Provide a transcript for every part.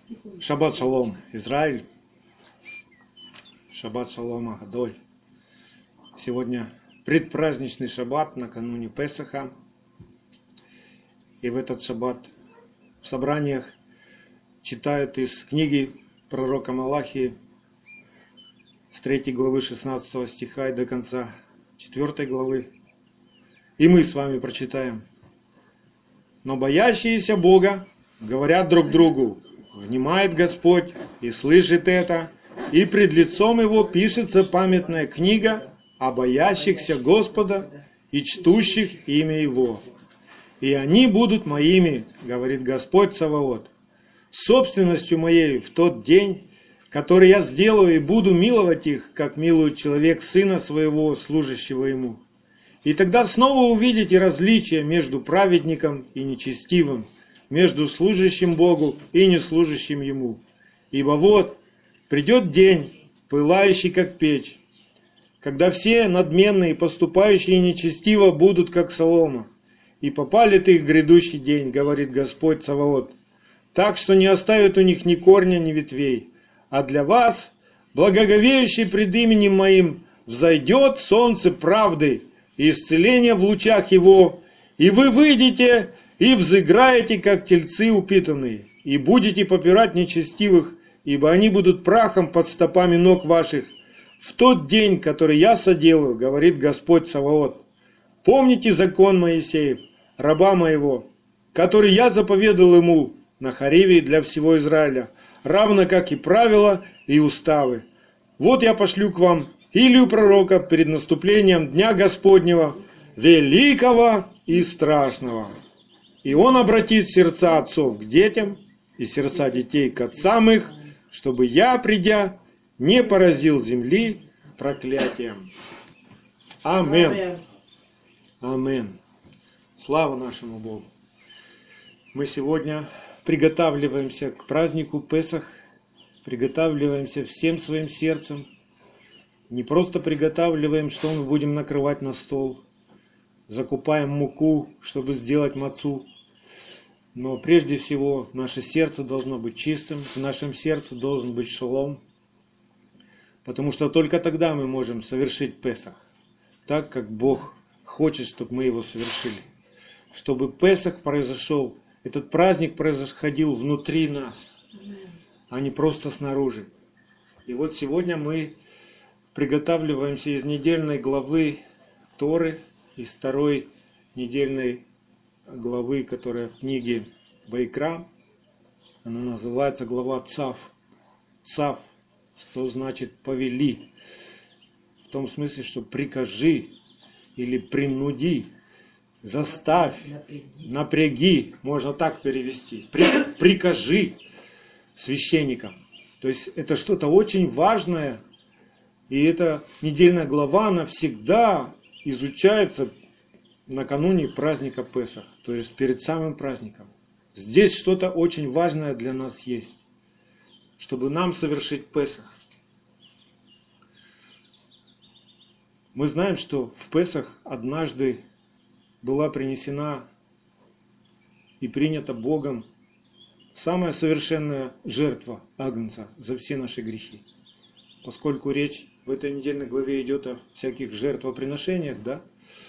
Шаббат шалом, Израиль. Шаббат шалом, Агадоль. Сегодня предпраздничный шаббат накануне Песаха. И в этот шаббат в собраниях читают из книги пророка Малахии с 3 главы 16 стиха и до конца 4 главы. И мы с вами прочитаем. Но боящиеся Бога говорят друг другу: внимает Господь и слышит это, и пред лицом Его пишется памятная книга о боящихся Господа и чтущих имя Его. И они будут моими, говорит Господь Саваот, собственностью моей в тот день, который я сделаю, и буду миловать их, как милует человек сына своего, служащего ему. И тогда снова увидите различие между праведником и нечестивым, между служащим Богу и неслужащим Ему. Ибо вот придет день, пылающий как печь, когда все надменные, поступающие нечестиво, будут как солома. И попалит их грядущий день, говорит Господь Саваот, так что не оставит у них ни корня, ни ветвей. А для вас, благоговеющий пред именем моим, взойдет солнце правды и исцеление в лучах его, и вы выйдете и взыграете, как тельцы упитанные, и будете попирать нечестивых, ибо они будут прахом под стопами ног ваших в тот день, который я соделаю, говорит Господь Саваот. Помните закон Моисеев, раба моего, который я заповедал ему на Хореве для всего Израиля, равно как и правила и уставы. Вот я пошлю к вам Илию пророка перед наступлением Дня Господнего, великого и страшного. И он обратит сердца отцов к детям и сердца детей к отцам их, чтобы я, придя, не поразил земли проклятием. Амин. Амин. Слава нашему Богу. Мы сегодня приготавливаемся к празднику Песах, приготавливаемся всем своим сердцем. Не просто приготавливаем, что мы будем накрывать на стол, закупаем муку, чтобы сделать мацу. Но прежде всего наше сердце должно быть чистым, в нашем сердце должен быть шалом, потому что только тогда мы можем совершить Песах, так как Бог хочет, чтобы мы его совершили. Чтобы Песах произошел, этот праздник происходил внутри нас, а не просто снаружи. И вот сегодня мы приготавливаемся из недельной главы Торы, из второй недельной главы, которая в книге Вайкра. Она называется глава Цав. Цав, что значит повели. В том смысле, что прикажи или принуди, заставь, напряги, можно так перевести. Прикажи священникам. То есть это что-то очень важное. И эта недельная глава, она всегда изучается накануне праздника Песах, то есть перед самым праздником. Здесь что-то очень важное для нас есть, чтобы нам совершить Песах. Мы знаем, что в Песах однажды была принесена и принята Богом самая совершенная жертва Агнца за все наши грехи. Поскольку речь в этой недельной главе идет о всяких жертвоприношениях, да,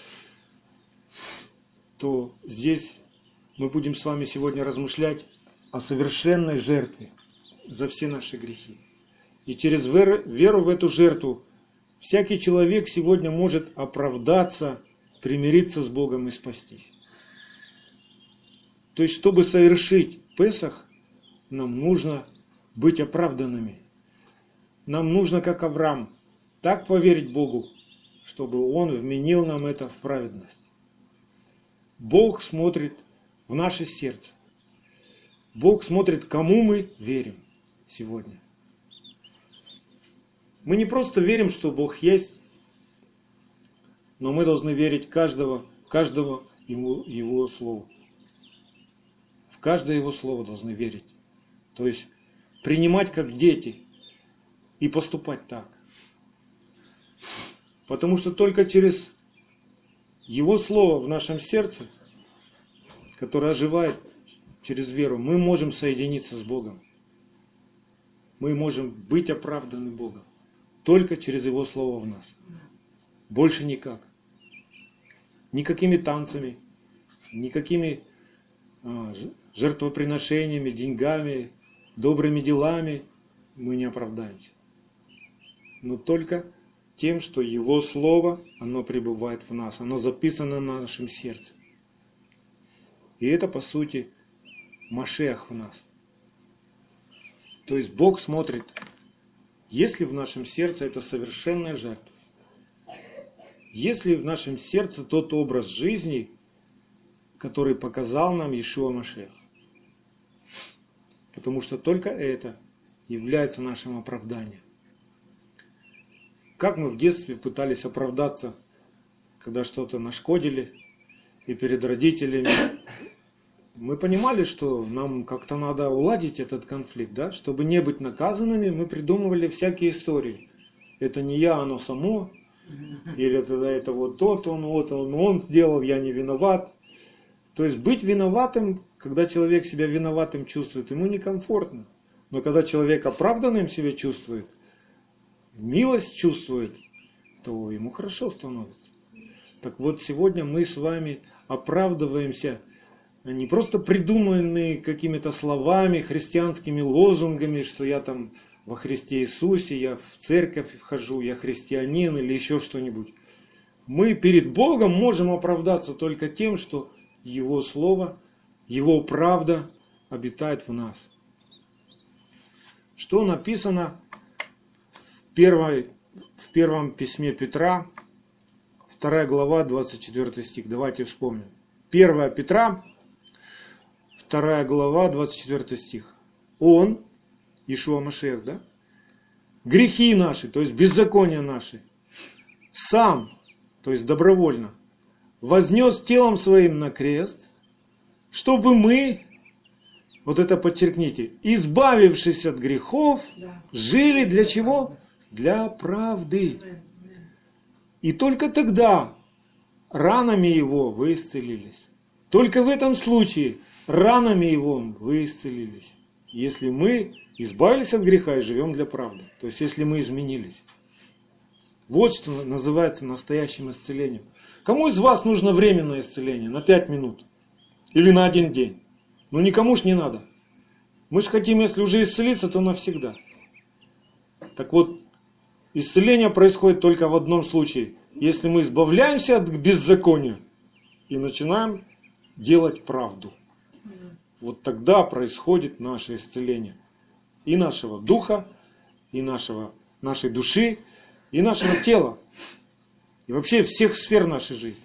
то здесь мы будем с вами сегодня размышлять о совершенной жертве за все наши грехи. И через веру в эту жертву всякий человек сегодня может оправдаться, примириться с Богом и спастись. То есть, чтобы совершить Песах, нам нужно быть оправданными. Нам нужно, как Авраам, так поверить Богу, чтобы Он вменил нам это в праведность. Бог смотрит в наше сердце. Бог смотрит, кому мы верим сегодня. Мы не просто верим, что Бог есть, но мы должны верить каждого Его Слову. В каждое Его Слово должны верить. То есть принимать как дети и поступать так. Потому что только через Его Слово в нашем сердце, которое оживает через веру, мы можем соединиться с Богом. мы можем быть оправданы Богом только через Его Слово в нас. Больше никак. Никакими танцами, никакими жертвоприношениями, деньгами, добрыми делами мы не оправдаемся. Но только тем, что Его Слово, оно пребывает в нас, оно записано на нашем сердце. И это, по сути, Машиах в нас. То есть Бог смотрит, есть ли в нашем сердце это совершенная жертва, есть ли в нашем сердце тот образ жизни, который показал нам Иешуа Машиах. Потому что только это является нашим оправданием. Как мы в детстве пытались оправдаться, когда что-то нашкодили, и перед родителями. Мы понимали, что нам как-то надо уладить этот конфликт, да? Чтобы не быть наказанными, мы придумывали всякие истории. Это не я, оно само. Или это вот тот, он сделал, я не виноват. То есть быть виноватым, когда человек себя виноватым чувствует, ему некомфортно. Но когда человек оправданным себя чувствует, милость чувствует, то ему хорошо становится. Так вот, сегодня мы с вами оправдываемся не просто придуманные какими-то словами, христианскими лозунгами, что я там во Христе Иисусе, я в церковь вхожу, я христианин или еще что-нибудь. Мы перед Богом можем оправдаться только тем, что Его Слово, Его правда обитает в нас. Что написано в первом письме Петра, 2 глава, 24 стих. Давайте вспомним. 1 Петра, 2 глава, 24 стих. Он, Иешуа Машиах, да? Грехи наши, то есть беззакония наши, сам, то есть добровольно, вознес телом своим на крест, чтобы мы, вот это подчеркните, избавившись от грехов, жили для чего? Для правды. И только тогда ранами Его вы исцелились. Только в этом случае ранами Его вы исцелились. Если мы избавились от греха и живем для правды. То есть если мы изменились. Вот что называется настоящим исцелением. Кому из вас нужно временное исцеление? На 5 минут? Или на 1 день? Ну никому ж не надо. Мы же хотим, если уже исцелиться, то навсегда. Так вот, исцеление происходит только в одном случае. Если мы избавляемся от беззакония и начинаем делать правду. Вот тогда происходит наше исцеление. И нашего духа, и нашей души, и нашего тела. И вообще всех сфер нашей жизни.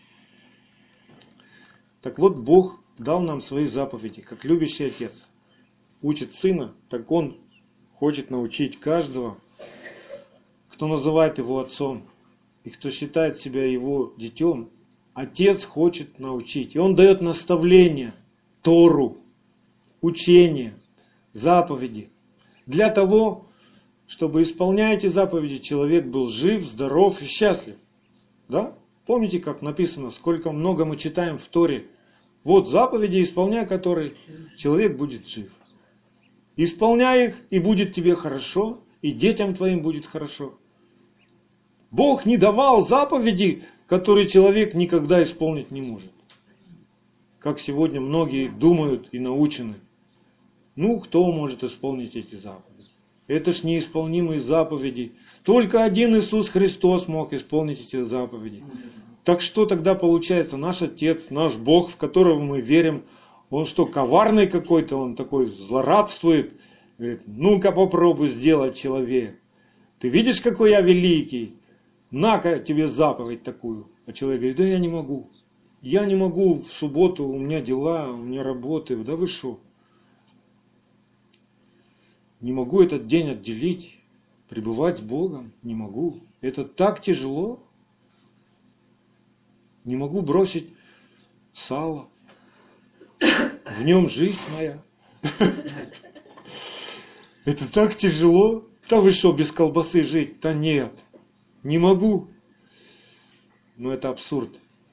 Так вот, Бог дал нам свои заповеди, как любящий отец. Учит сына, так он хочет научить каждого, кто называет его отцом, и кто считает себя его детем. Отец хочет научить. И он дает наставления, Тору, учение, заповеди. Для того, чтобы, исполняя эти заповеди, человек был жив, здоров и счастлив. Да? Помните, как написано, сколько много мы читаем в Торе. Вот заповеди, исполняя которые, человек будет жив. Исполняй их, и будет тебе хорошо, и детям твоим будет хорошо. Бог не давал заповеди, которые человек никогда исполнить не может. Как сегодня многие думают и научены. Ну, кто может исполнить эти заповеди? Это ж неисполнимые заповеди. Только один Иисус Христос мог исполнить эти заповеди. Так что тогда получается? Наш Отец, наш Бог, в которого мы верим, он что, коварный какой-то, он такой злорадствует? Говорит, ну-ка попробуй сделать, человек. Ты видишь, какой я великий? На-ка тебе заповедь такую. А человек говорит, да я не могу. Я не могу в субботу, у меня дела, у меня работы. Да вы что? Не могу этот день отделить, пребывать с Богом. Не могу. Это так тяжело. Не могу бросить сало. В нем жизнь моя. Это так тяжело. Да вы что, без колбасы жить? Да нет. Не могу. Но это абсурд.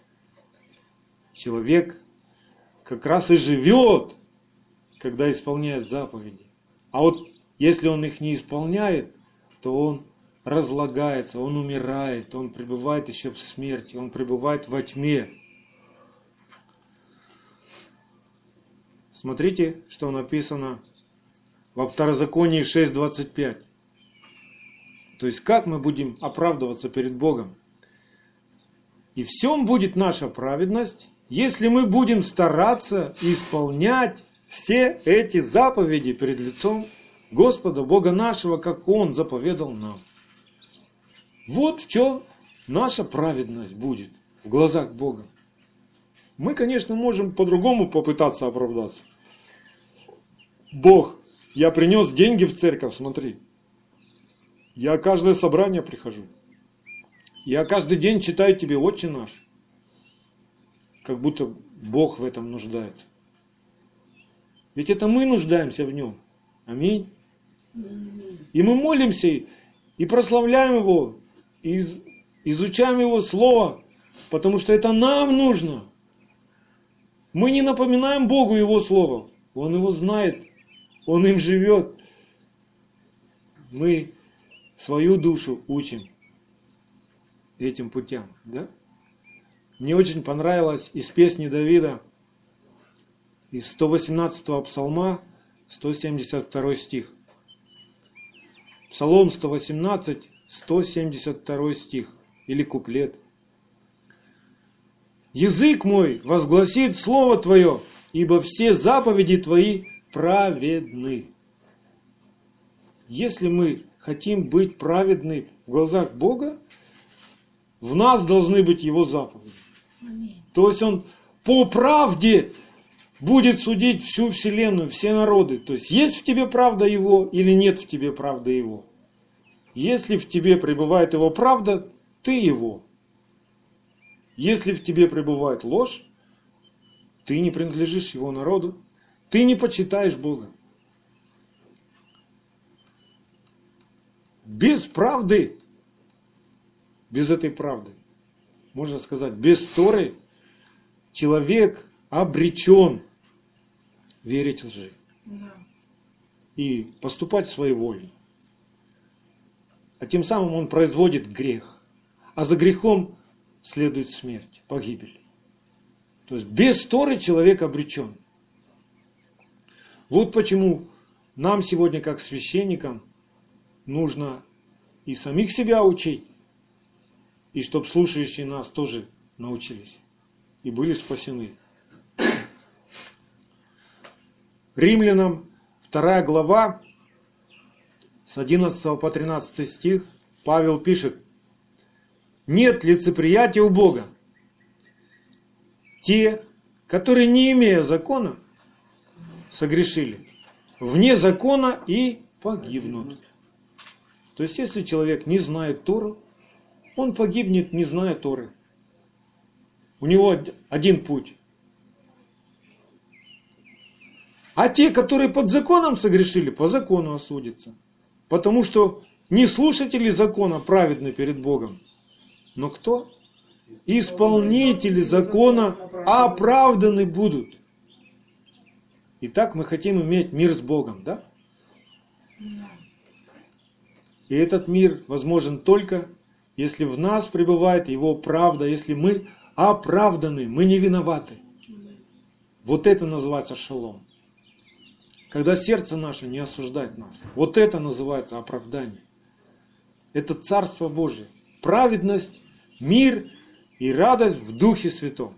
Человек как раз и живет, когда исполняет заповеди. А вот Если он их не исполняет, то он разлагается, он умирает, он пребывает еще в смерти, он пребывает во тьме. Смотрите, что написано во Второзаконии 6:25. То есть, как мы будем оправдываться перед Богом? И в всем будет наша праведность, если мы будем стараться исполнять все эти заповеди перед лицом Господа, Бога нашего, как Он заповедал нам. Вот в чем наша праведность будет в глазах Бога. Мы, конечно, можем по-другому попытаться оправдаться. Бог, я принес деньги в церковь, смотри. Я каждое собрание прихожу. Я каждый день читаю тебе «Отче наш». Как будто Бог в этом нуждается. Ведь это мы нуждаемся в нем. Аминь. И мы молимся и прославляем Его, и изучаем Его Слово, потому что это нам нужно. Мы не напоминаем Богу Его Слово. Он его знает, Он им живет. Мы свою душу учим этим путям. Да? Мне очень понравилось из песни Давида, из 118-го псалма, 172 стих. Псалом 118, 172 стих, или куплет. «Язык мой возгласит Слово Твое, ибо все заповеди Твои праведны». Если мы хотим быть праведны в глазах Бога, в нас должны быть Его заповеди. То есть Он по правде будет судить всю вселенную, все народы. То есть есть в тебе правда Его или нет в тебе правды Его. Если в тебе пребывает Его правда, ты Его. Если в тебе пребывает ложь, ты не принадлежишь Его народу, ты не почитаешь Бога. Без правды, без этой правды, можно сказать, без Торы, человек обречен верить лжи и поступать своей волей. А тем самым он производит грех. А за грехом следует смерть, погибель. То есть без Торы человек обречен. Вот почему нам сегодня, как священникам, нужно и самих себя учить, и чтобы слушающие нас тоже научились и были спасены. Римлянам 2 глава, с 11 по 13 стих, Павел пишет: «Нет лицеприятия у Бога. Те, которые, не имея закона, согрешили, вне закона и погибнут». То есть, если человек не знает Тору, он погибнет, не зная Торы. У него один путь. А те, которые под законом согрешили, по закону осудятся. Потому что не слушатели закона праведны перед Богом, но кто? Исполнители закона оправданы будут. Итак, мы хотим иметь мир с Богом, да? И этот мир возможен только, если в нас пребывает Его правда, если мы оправданы, мы не виноваты. Вот это называется шалом. Когда сердце наше не осуждает нас. Вот это называется оправдание. Это Царство Божие. Праведность, мир и радость в Духе Святом.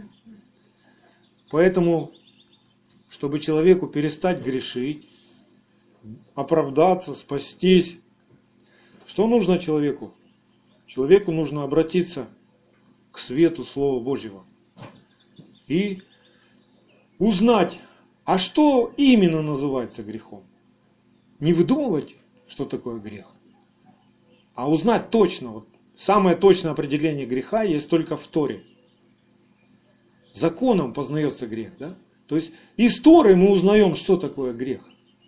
Поэтому, чтобы человеку перестать грешить, оправдаться, спастись, что нужно человеку? Человеку нужно обратиться к свету Слова Божьего и узнать, а что именно называется грехом. Не выдумывать, что такое грех, а узнать точно. Вот самое точное определение греха есть только в Торе. Законом познается грех, да? То есть из Торы мы узнаем, что такое грех.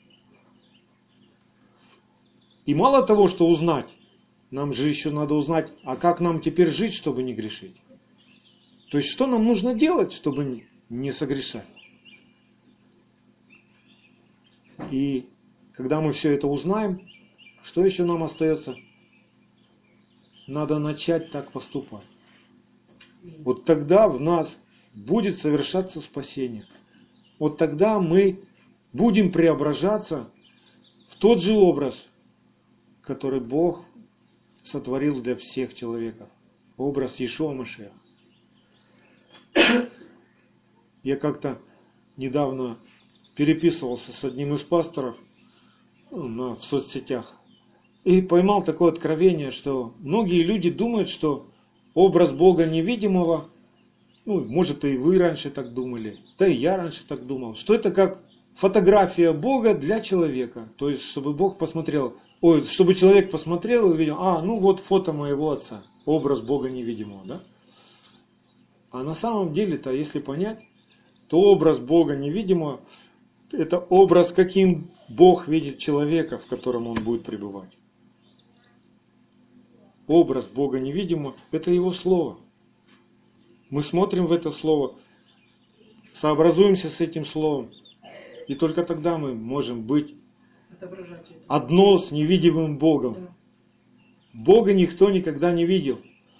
И мало того, что узнать, нам же еще надо узнать, а как нам теперь жить, чтобы не грешить. То есть, что нам нужно делать, чтобы не согрешать. И когда мы все это узнаем, что еще нам остается? Надо начать так поступать. Вот тогда в нас будет совершаться спасение. Вот тогда мы будем преображаться в тот же образ, который Бог сотворил для всех человеков. Образ Иешуа Машиаха. Я недавно переписывался с одним из пасторов в соцсетях и поймал такое откровение, что многие люди думают, что образ Бога невидимого, может и вы раньше так думали, да и я раньше так думал, что это как фотография Бога для человека. То есть, чтобы Бог посмотрел, чтобы человек посмотрел и увидел, вот фото моего отца, образ Бога невидимого, да? А на самом деле-то, если понять, то образ Бога невидимого – это образ, каким Бог видит человека, в котором он будет пребывать. Образ Бога невидимого – это Его Слово. Мы смотрим в это Слово, сообразуемся с этим Словом, и только тогда мы можем быть одно с невидимым Богом. Да. Бога никто никогда не видел.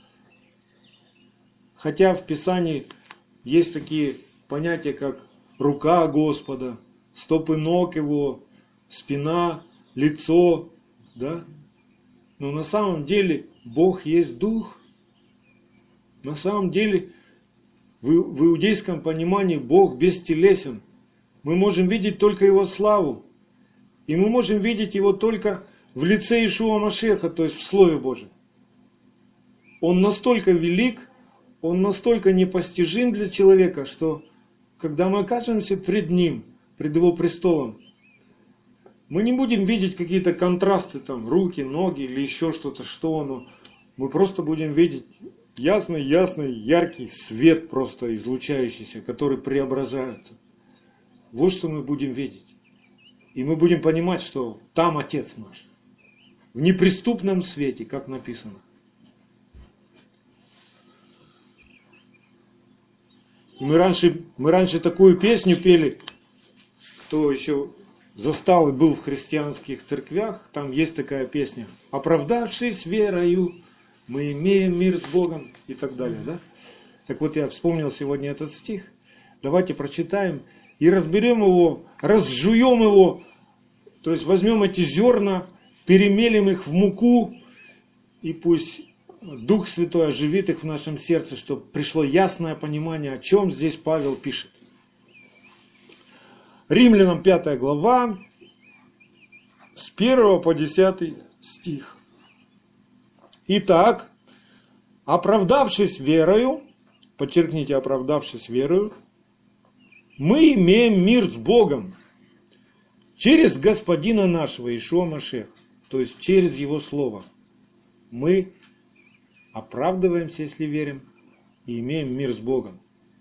Хотя в Писании есть такие понятия, как рука Господа, стопы ног Его, спина, лицо, да? Но на самом деле Бог есть Дух. На самом деле в иудейском понимании Бог бестелесен. Мы можем видеть только Его славу. И мы можем видеть Его только в лице Иешуа Машиаха, то есть в Слове Божьем. Он настолько велик, Он настолько непостижим для человека, что когда мы окажемся пред Ним, пред Его престолом, мы не будем видеть какие-то контрасты, руки, ноги или еще что-то, что оно. Мы просто будем видеть ясный, яркий свет просто излучающийся, который преображается. Вот что мы будем видеть. И мы будем понимать, что там Отец наш. В неприступном свете, как написано. И мы раньше такую песню пели, кто еще застал и был в христианских церквях, там есть такая песня. «Оправдавшись верою, мы имеем мир с Богом» и так далее. Да? Так вот, я вспомнил сегодня этот стих. Давайте прочитаем и разберем его, разжуем его. То есть возьмем эти зерна, перемелим их в муку, и пусть Дух Святой оживит их в нашем сердце, чтобы пришло ясное понимание, о чем здесь Павел пишет. Римлянам 5 глава, с 1 по 10 стих. Итак, оправдавшись верою, подчеркните, оправдавшись верою, мы имеем мир с Богом через Господина нашего Иешуа Машиаха, то есть через Его Слово. Мы оправдываемся, если верим, и имеем мир с Богом,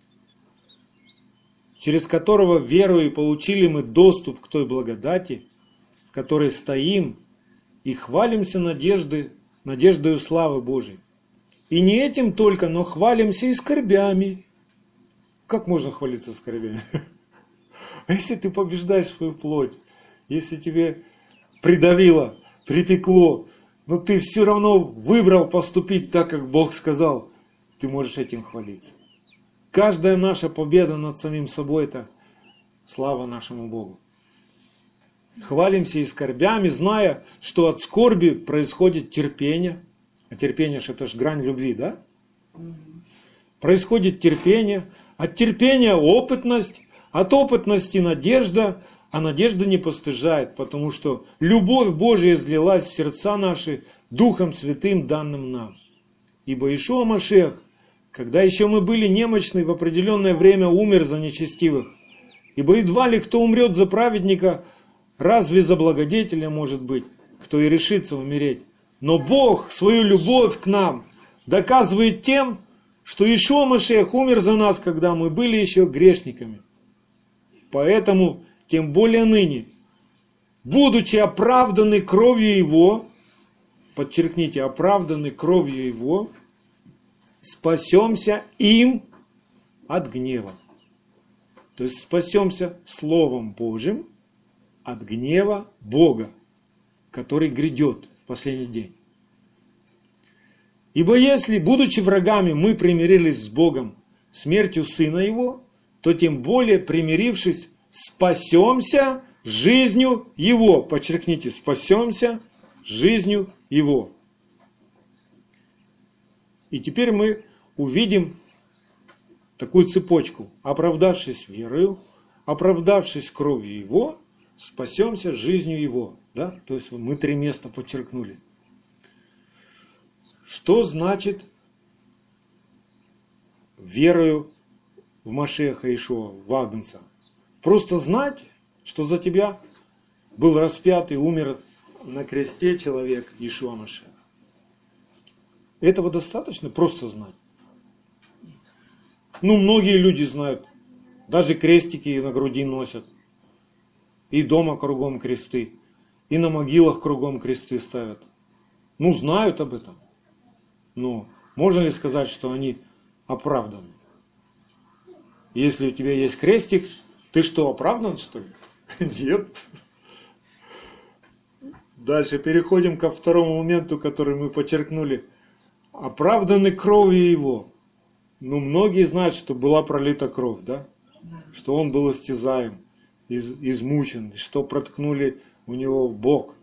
через которого верою получили мы доступ к той благодати, в которой стоим и хвалимся надеждою славы Божией. И не этим только, но хвалимся и скорбями. Как можно хвалиться скорбями? А если ты побеждаешь свою плоть, если тебе придавило, припекло, но ты все равно выбрал поступить так, как Бог сказал, ты можешь этим хвалиться. Каждая наша победа над самим собой – это слава нашему Богу. Хвалимся и скорбями, зная, что от скорби происходит терпение. А терпение – это ж грань любви, да? Происходит терпение, от терпения опытность, от опытности надежда, а надежда не постыжает, потому что любовь Божия излилась в сердца наши Духом Святым, данным нам. Ибо Иешуа Машиах, когда еще мы были немощны, в определенное время умер за нечестивых. Ибо едва ли кто умрет за праведника, разве за благодетеля может быть, кто и решится умереть. Но Бог свою любовь к нам доказывает тем, что Иешуа Машиах умер за нас, когда мы были еще грешниками. Поэтому, тем более ныне, будучи оправданы кровью Его, подчеркните, оправданы кровью Его, спасемся им от гнева. То есть спасемся Словом Божьим от гнева Бога, который грядет в последний день. Ибо если, будучи врагами, мы примирились с Богом смертью Сына Его, то тем более, примирившись, спасемся жизнью Его. Подчеркните, спасемся жизнью Его. И теперь мы увидим такую цепочку. Оправдавшись верою, оправдавшись кровью Его, спасемся жизнью Его. Да? То есть мы 3 места подчеркнули. Что значит верою в Машеха Иешуа, в Агнца? Просто знать, что за тебя был распят и умер на кресте человек Иешуа Машех. Этого достаточно просто знать. Многие люди знают. Даже крестики на груди носят. И дома кругом кресты. И на могилах кругом кресты ставят. Знают об этом. Но можно ли сказать, что они оправданы? Если у тебя есть крестик, ты что, оправдан, что ли? Нет. Дальше переходим ко второму моменту, который мы подчеркнули. Оправданы кровью Его. Многие знают, что была пролита кровь, да? Что Он был истязаем, измучен, что проткнули у Него бок.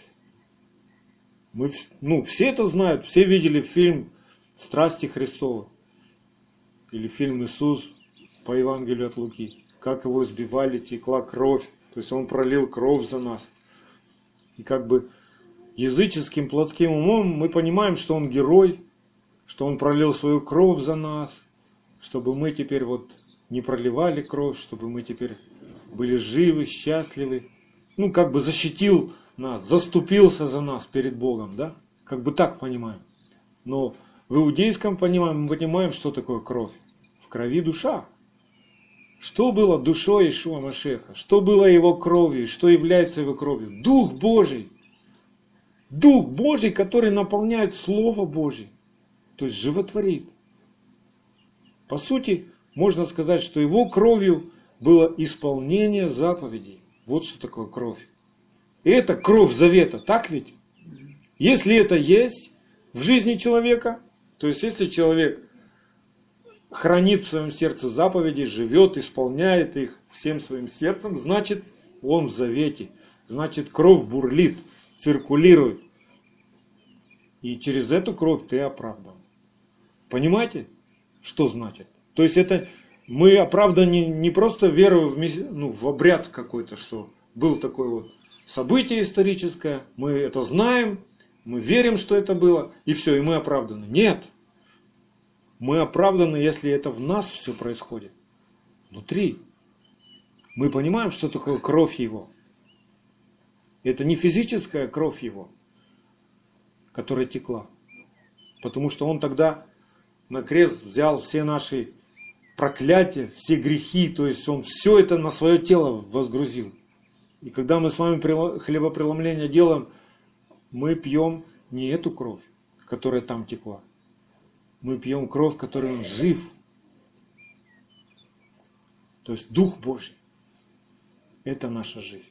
Все это знают, все видели фильм «Страсти Христовы» или фильм «Иисус» по Евангелию от Луки. Как Его избивали, текла кровь, то есть Он пролил кровь за нас. И языческим плотским умом мы понимаем, что Он герой, что Он пролил свою кровь за нас, чтобы мы теперь не проливали кровь, чтобы мы теперь были живы, счастливы. Защитил нас, заступился за нас перед Богом, да? Так понимаем. Но в иудейском понимании мы понимаем, что такое кровь. В крови душа. Что было душой Иешуа Машеха? Что было Его кровью? Что является Его кровью? Дух Божий. Дух Божий, который наполняет Слово Божие. То есть животворит. По сути, можно сказать, что Его кровью было исполнение заповедей. Вот что такое кровь. И это кровь завета, так ведь? Если это есть в жизни человека, то есть если человек хранит в своем сердце заповеди, живет, исполняет их всем своим сердцем, значит он в завете, значит кровь бурлит, циркулирует. И через эту кровь ты оправдан. Понимаете, что значит? То есть это мы оправданы не просто верою в обряд какой-то, что был такой событие историческое, мы это знаем, мы верим, что это было, и все, и мы оправданы. Нет. Мы оправданы, если это в нас все происходит. Внутри. Мы понимаем, что такое кровь Его. Это не физическая кровь Его, которая текла. Потому что Он тогда на крест взял все наши проклятия, все грехи, то есть Он все это на свое тело возгрузил. И когда мы с вами хлебопреломление делаем, мы пьем не эту кровь, которая там текла. Мы пьем кровь, которой Он жив. То есть Дух Божий. Это наша жизнь.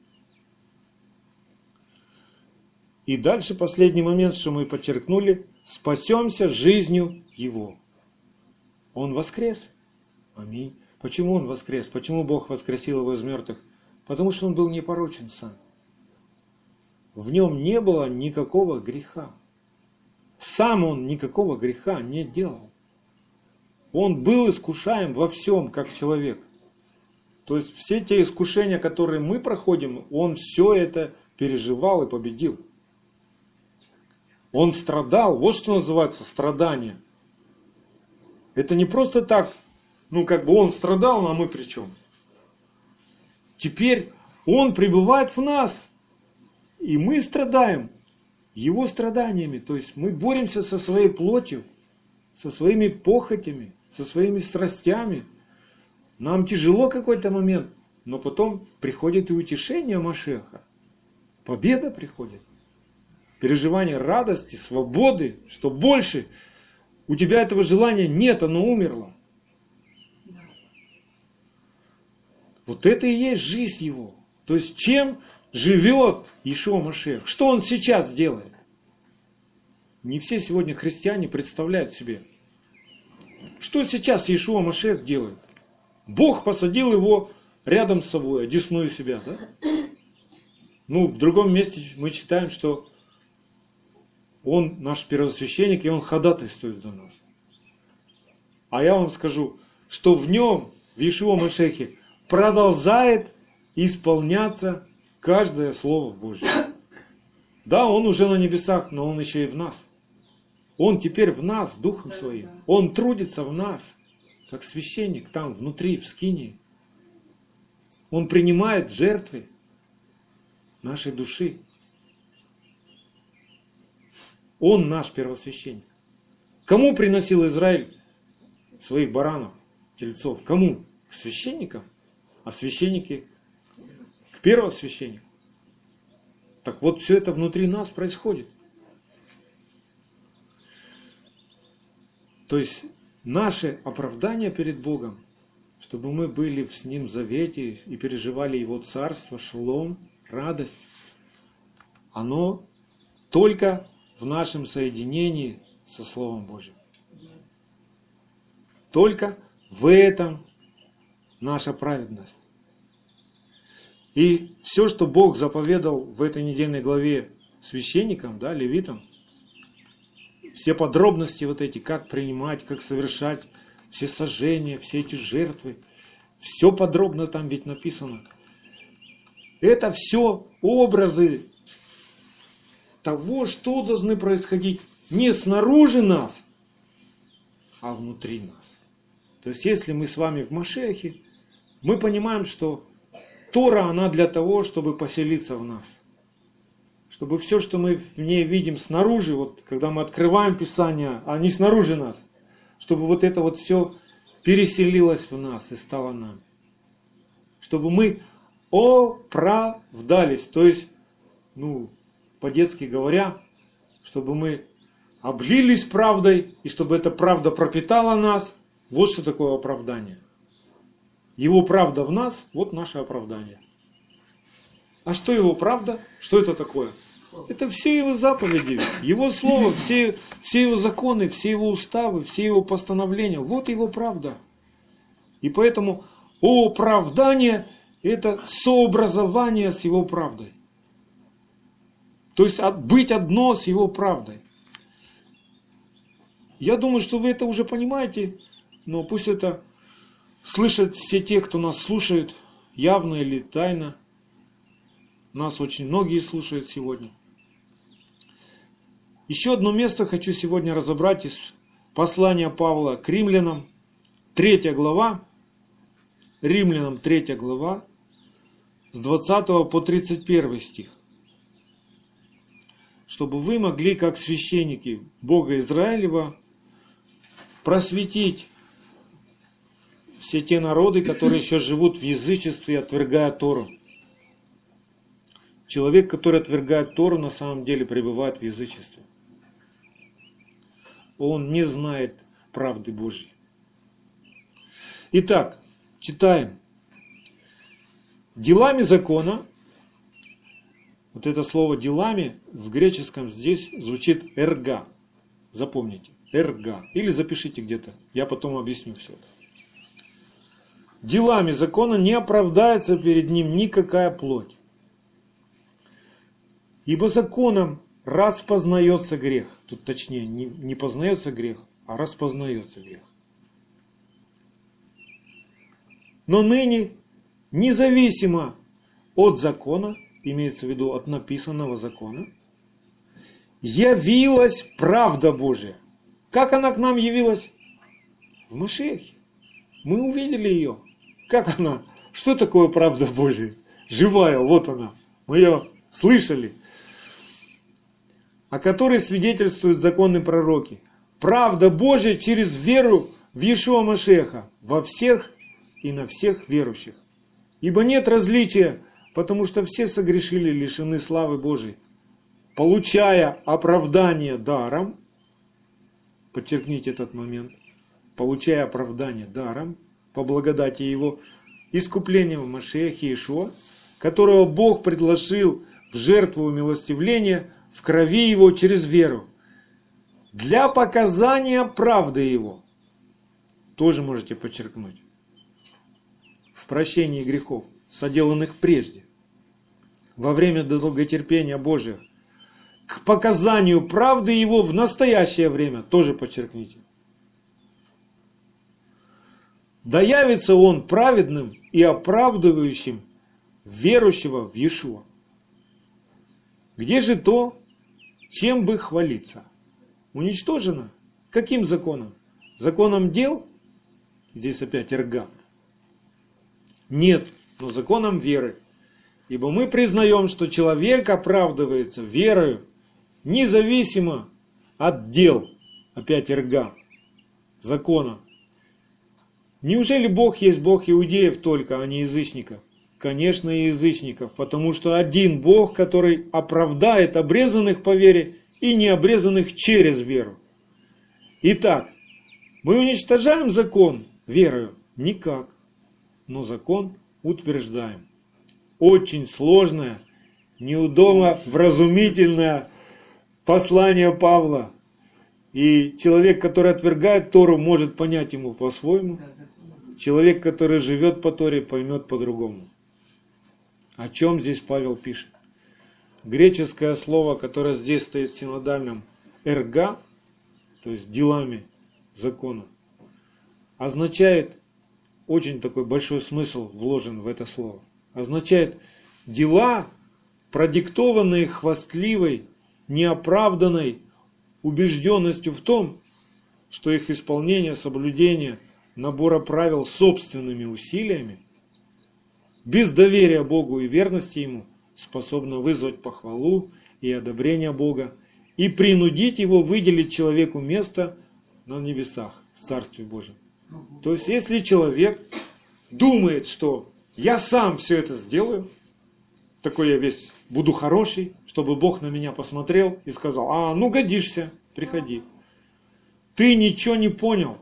И дальше последний момент, что мы подчеркнули. Спасемся жизнью Его. Он воскрес. Аминь. Почему Он воскрес? Почему Бог воскресил Его из мертвых? Потому что Он был непорочен сам. В Нем не было никакого греха. Сам Он никакого греха не делал. Он был искушаем во всем, как человек. То есть все те искушения, которые мы проходим, Он все это переживал и победил. Он страдал. Вот что называется страдание. Это не просто так, Он страдал, а мы при чем? Теперь Он пребывает в нас. И мы страдаем Его страданиями. То есть мы боремся со своей плотью, со своими похотями, со своими страстями. Нам тяжело какой-то момент, но потом приходит и утешение Машеха. Победа приходит. Переживание радости, свободы, что больше у тебя этого желания нет, оно умерло. Вот это и есть жизнь Его. То есть чем живет Иешуа Машиах? Что он сейчас делает? Не все сегодня христиане представляют себе. Что сейчас Иешуа Машиах делает? Бог посадил его рядом с собой, одесную себя, да? Ну, в другом месте мы читаем, что он наш первосвященник, и он ходатайствует за нас. А я вам скажу, что в нем, в Иешуа Машиахе, продолжает исполняться каждое Слово Божье. Да, он уже на небесах, но он еще и в нас. Он теперь в нас, Духом Своим. Он трудится в нас, как священник там, внутри, в скинии. Он принимает жертвы нашей души. Он наш первосвященник. Кому приносил Израиль своих баранов, тельцов? Кому? К священникам. А священники к первосвященнику. Так вот, все это внутри нас происходит. То есть, наше оправдание перед Богом, чтобы мы были с Ним в завете и переживали Его царство, шалом, радость, оно только в нашем соединении со Словом Божьим. Только в этом наша праведность. И все, что Бог заповедал в этой недельной главе священникам, да, левитам, все подробности вот эти, как принимать, как совершать, все сожжения, все эти жертвы, все подробно там ведь написано. Это все образы того, что должны происходить не снаружи нас, а внутри нас. То есть, если мы с вами в Машиахе, мы понимаем, что Тора, она для того, чтобы поселиться в нас. Чтобы все, что мы в ней видим снаружи, вот когда мы открываем Писание, а не снаружи нас, чтобы вот это вот все переселилось в нас и стало нам. Чтобы мы оправдались, то есть, по-детски говоря, чтобы мы облились правдой, и чтобы эта правда пропитала нас. Вот что такое оправдание. Его правда в нас, вот наше оправдание. А что его правда? Что это такое? Это все его заповеди, его слово, все его законы, все его уставы, все его постановления. Вот его правда. И поэтому оправдание – это сообразование с его правдой. То есть быть одно с его правдой. Я думаю, что вы это уже понимаете, но пусть это слышат все те, кто нас слушают, явно или тайно. Нас очень многие слушают сегодня. Еще одно место хочу сегодня разобрать из послания Павла к римлянам, 3 глава, Римлянам 3 глава, с 20 по 31 стих. Чтобы вы могли, как священники Бога Израилева, просветить все те народы, которые еще живут в язычестве, отвергая Тору. Человек, который отвергает Тору, на самом деле пребывает в язычестве. Он не знает правды Божьей. Итак, читаем. Делами закона, вот это слово делами в греческом здесь звучит эрга. Запомните, эрга. Или запишите где-то, я потом объясню все это. Делами закона не оправдается перед ним никакая плоть. Ибо законом распознается грех. Тут точнее, не познается грех, а распознается грех. Но ныне, независимо от закона, имеется в виду от написанного закона, явилась правда Божия. Как она к нам явилась? В Машиахе. Мы увидели ее. Как она? Что такое правда Божия? Живая, вот она. Мы ее слышали. О которой свидетельствуют законы пророки. Правда Божия через веру в Иешуа Машиаха во всех и на всех верующих. Ибо нет различия, потому что все согрешили, лишены славы Божией, получая оправдание даром, подчеркните этот момент, получая оправдание даром, по благодати Его, искуплением в Машиахе Иешуа, которого Бог предложил в жертву умилостивления в крови Его через веру, для показания правды Его. Тоже можете подчеркнуть. В прощении грехов, соделанных прежде, во время долготерпения Божия, к показанию правды Его в настоящее время, тоже подчеркните. Да явится Он праведным и оправдывающим верующего в Иешуа. Где же то, чем бы хвалиться? Уничтожено. Каким законом? Законом дел? Здесь опять эрга. Нет, но законом веры. Ибо мы признаем, что человек оправдывается верою, независимо от дел. Опять эрга. Закона. Неужели Бог есть Бог иудеев только, а не язычников? Конечно, и язычников, потому что один Бог, который оправдает обрезанных по вере и необрезанных через веру. Итак, мы уничтожаем закон верою? Никак. Но закон утверждаем. Очень сложное, неудобно-вразумительное послание Павла. И человек, который отвергает Тору, может понять ему по-своему. Человек, который живет по Торе, поймет по-другому. О чем здесь Павел пишет? Греческое слово, которое здесь стоит в синодальном эрга, то есть делами закона, означает, очень такой большой смысл вложен в это слово, означает дела, продиктованные хвастливой, неоправданной убежденностью в том, что их исполнение, соблюдение набора правил собственными усилиями, без доверия Богу и верности Ему, способно вызвать похвалу и одобрение Бога и принудить Его выделить человеку место на небесах, в Царстве Божьем. То есть, если человек думает, что я сам все это сделаю, такой я весь буду хороший, чтобы Бог на меня посмотрел и сказал: ну годишься, приходи. Ты ничего не понял.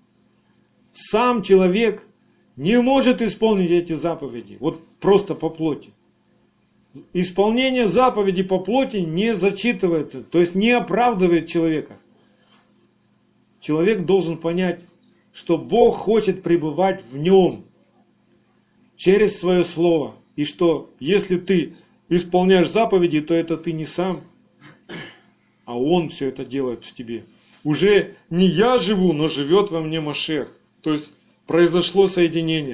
Сам человек не может исполнить эти заповеди, вот просто по плоти. Исполнение заповедей по плоти не зачитывается, то есть не оправдывает человека. Человек должен понять, что Бог хочет пребывать в нем через свое слово. И что если ты исполняешь заповеди, то это ты не сам, а Он все это делает в тебе. Уже не я живу, но живет во мне Машиах. То есть произошло соединение.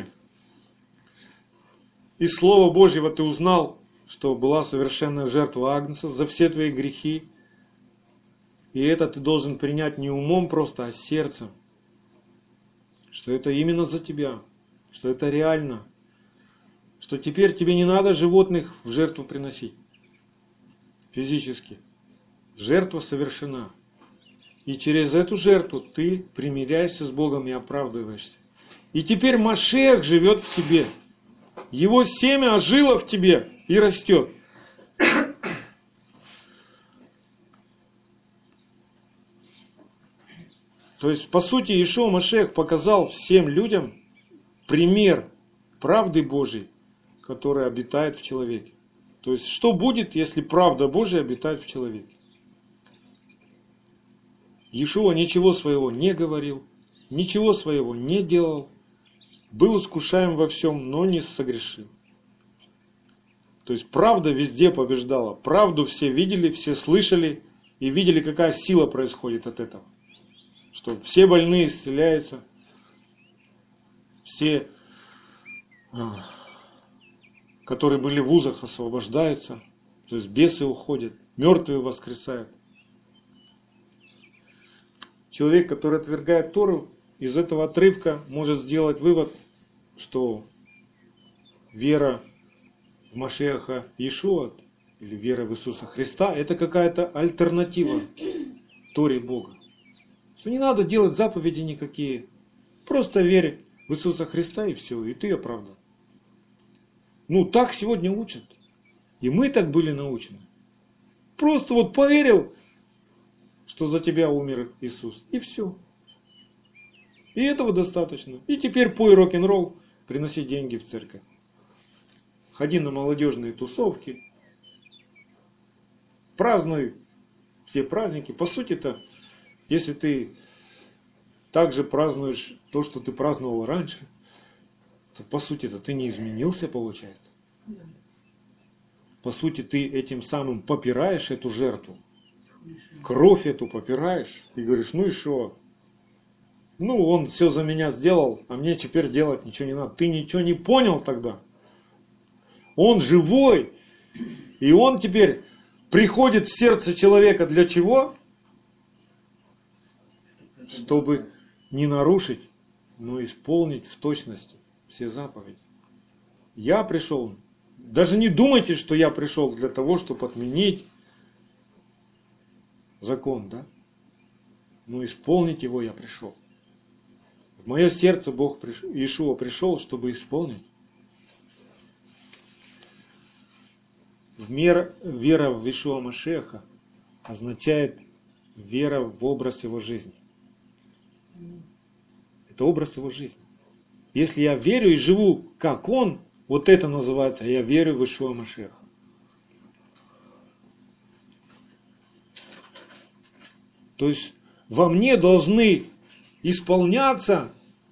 Из Слова Божьего ты узнал, что была совершенная жертва Агнца за все твои грехи. И это ты должен принять не умом просто, а сердцем. Что это именно за тебя. Что это реально. Что теперь тебе не надо животных в жертву приносить. Физически. Жертва совершена. И через эту жертву ты примиряешься с Богом и оправдываешься. И теперь Машиах живет в тебе. Его семя ожило в тебе и растет. То есть, по сути, Иешуа Машиах показал всем людям пример правды Божией, которая обитает в человеке. То есть, что будет, если правда Божия обитает в человеке? Иешуа ничего своего не говорил, ничего своего не делал, был искушаем во всем, но не согрешил. То есть правда везде побеждала. Правду все видели, все слышали и видели, какая сила происходит от этого. Что все больные исцеляются, все, которые были в узах, освобождаются, то есть бесы уходят, мертвые воскресают. Человек, который отвергает Тору, из этого отрывка может сделать вывод, что вера в Машиаха Иешуа или вера в Иисуса Христа — это какая-то альтернатива Торе Бога. Что не надо делать заповеди никакие. Просто верь в Иисуса Христа и все, и ты оправдан. Так сегодня учат. И мы так были научены. Просто вот поверил, что за тебя умер Иисус, и все. И этого достаточно. И теперь пой рок-н-ролл, приноси деньги в церковь. ходи на молодежные тусовки, празднуй все праздники. По сути-то, если ты также празднуешь то, что ты праздновал раньше, то по сути-то ты не изменился, получается. По сути, ты этим самым попираешь эту жертву, кровь эту попираешь и говоришь, ну и что? Ну, он все за меня сделал, а мне теперь делать ничего не надо. Ты ничего не понял тогда. Он живой, и он теперь приходит в сердце человека для чего? Чтобы не нарушить, но исполнить в точности все заповеди. Я пришел, даже не думайте, что я пришел для того, чтобы отменить закон, да? Но исполнить его я пришел. В мое сердце Бог пришел, Иешуа пришел, чтобы исполнить. Вера в Иешуа Машеха означает вера в образ его жизни. Это образ его жизни. Если я верю и живу как он, вот это называется, я верю в Иешуа Машеха. То есть во мне должны исполняться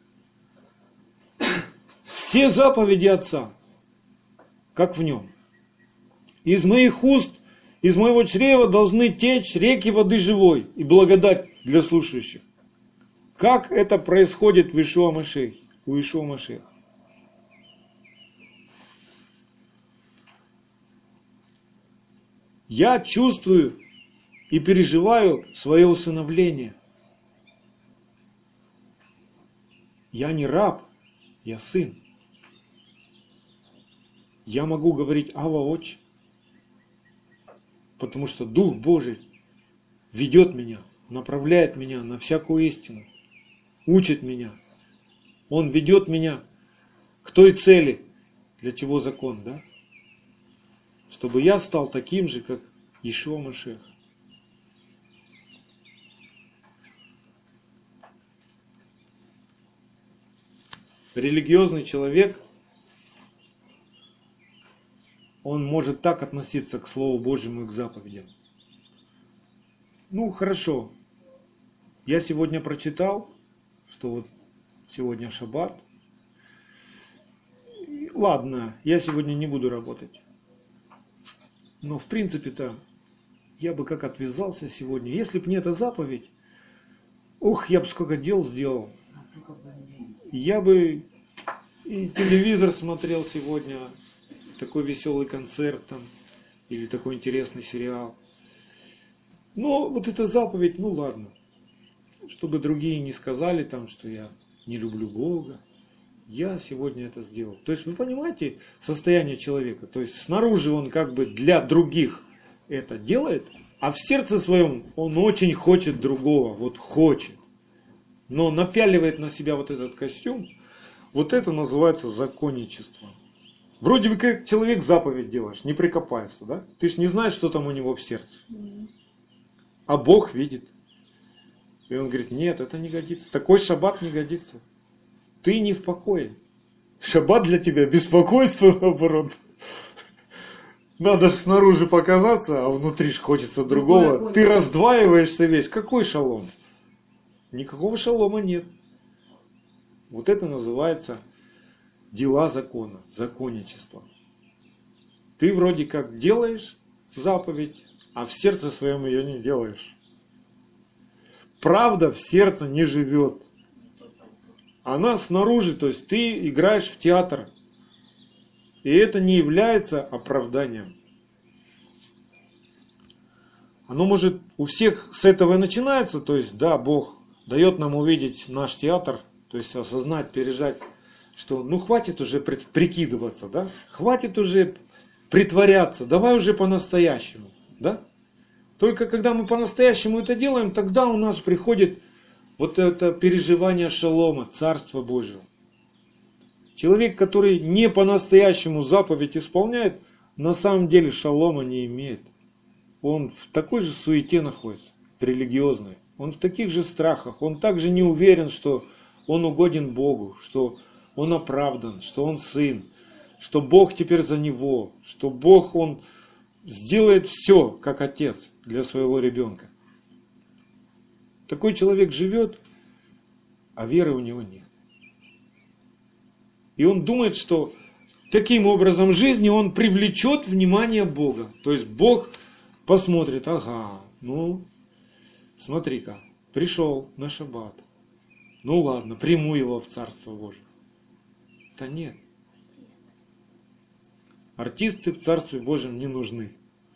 все заповеди Отца, как в нем. Из моих уст, из моего чрева должны течь реки воды живой и благодать для слушающих. Как это происходит в Иешуа Машехе, у Иешуа Машеха? Я чувствую и переживаю свое усыновление. Я не раб, я сын. Я могу говорить Ава Отче, потому что Дух Божий ведет меня, направляет меня на всякую истину, учит меня. Он ведет меня к той цели, для чего закон, да? Чтобы я стал таким же, как Иешуа Машех. Религиозный человек, он может так относиться к Слову Божьему и к заповедям. Ну, хорошо. Я сегодня прочитал, что вот сегодня шаббат. Ладно, я сегодня не буду работать. Но в принципе-то я бы как отвязался сегодня. Если бы не эта заповедь, я бы сколько дел сделал. Я бы и телевизор смотрел сегодня, такой веселый концерт там, или такой интересный сериал. Но вот эта заповедь, ну ладно. Чтобы другие не сказали там, что я не люблю Бога. Я сегодня это сделал. То есть вы понимаете состояние человека? То есть снаружи он как бы для других это делает, а в сердце своем он очень хочет другого. Вот хочет. Но напяливает на себя вот этот костюм. Вот это называется законничество. Вроде бы как человек заповедь делаешь, не прикопаешься, да? Ты ж не знаешь, что там у него в сердце. А Бог видит. И он говорит, нет, это не годится. Такой шаббат не годится. Ты не в покое. Шаббат для тебя беспокойство, наоборот. Надо же снаружи показаться, а внутри ж хочется другого. Ты раздваиваешься весь. Какой шалом? Никакого шалома нет. Вот это называется дела закона, законничество. Ты вроде как делаешь заповедь, а в сердце своем ее не делаешь. Правда в сердце не живет. Она снаружи, то есть ты играешь в театр. И это не является оправданием. Оно может у всех с этого и начинается, то есть да, Бог дает нам увидеть наш театр, то есть осознать, пережать, что ну хватит уже прикидываться, да? Хватит уже притворяться, давай уже по-настоящему, да? Только когда мы по-настоящему это делаем, тогда у нас приходит вот это переживание шалома, Царства Божьего. Человек, который не по-настоящему заповедь исполняет, на самом деле шалома не имеет. Он в такой же суете находится, религиозной. Он в таких же страхах. Он также не уверен, что он угоден Богу, что он оправдан, что он сын, что Бог теперь за него, что Бог, Он сделает все, как отец для своего ребенка. Такой человек живет, а веры у него нет. И он думает, что таким образом жизни он привлечет внимание Бога. То есть Бог посмотрит, ага, ну, смотри-ка, пришел на шаббат. Ну ладно, приму его в Царство Божие. Да нет. Артисты в Царстве Божьем не нужны.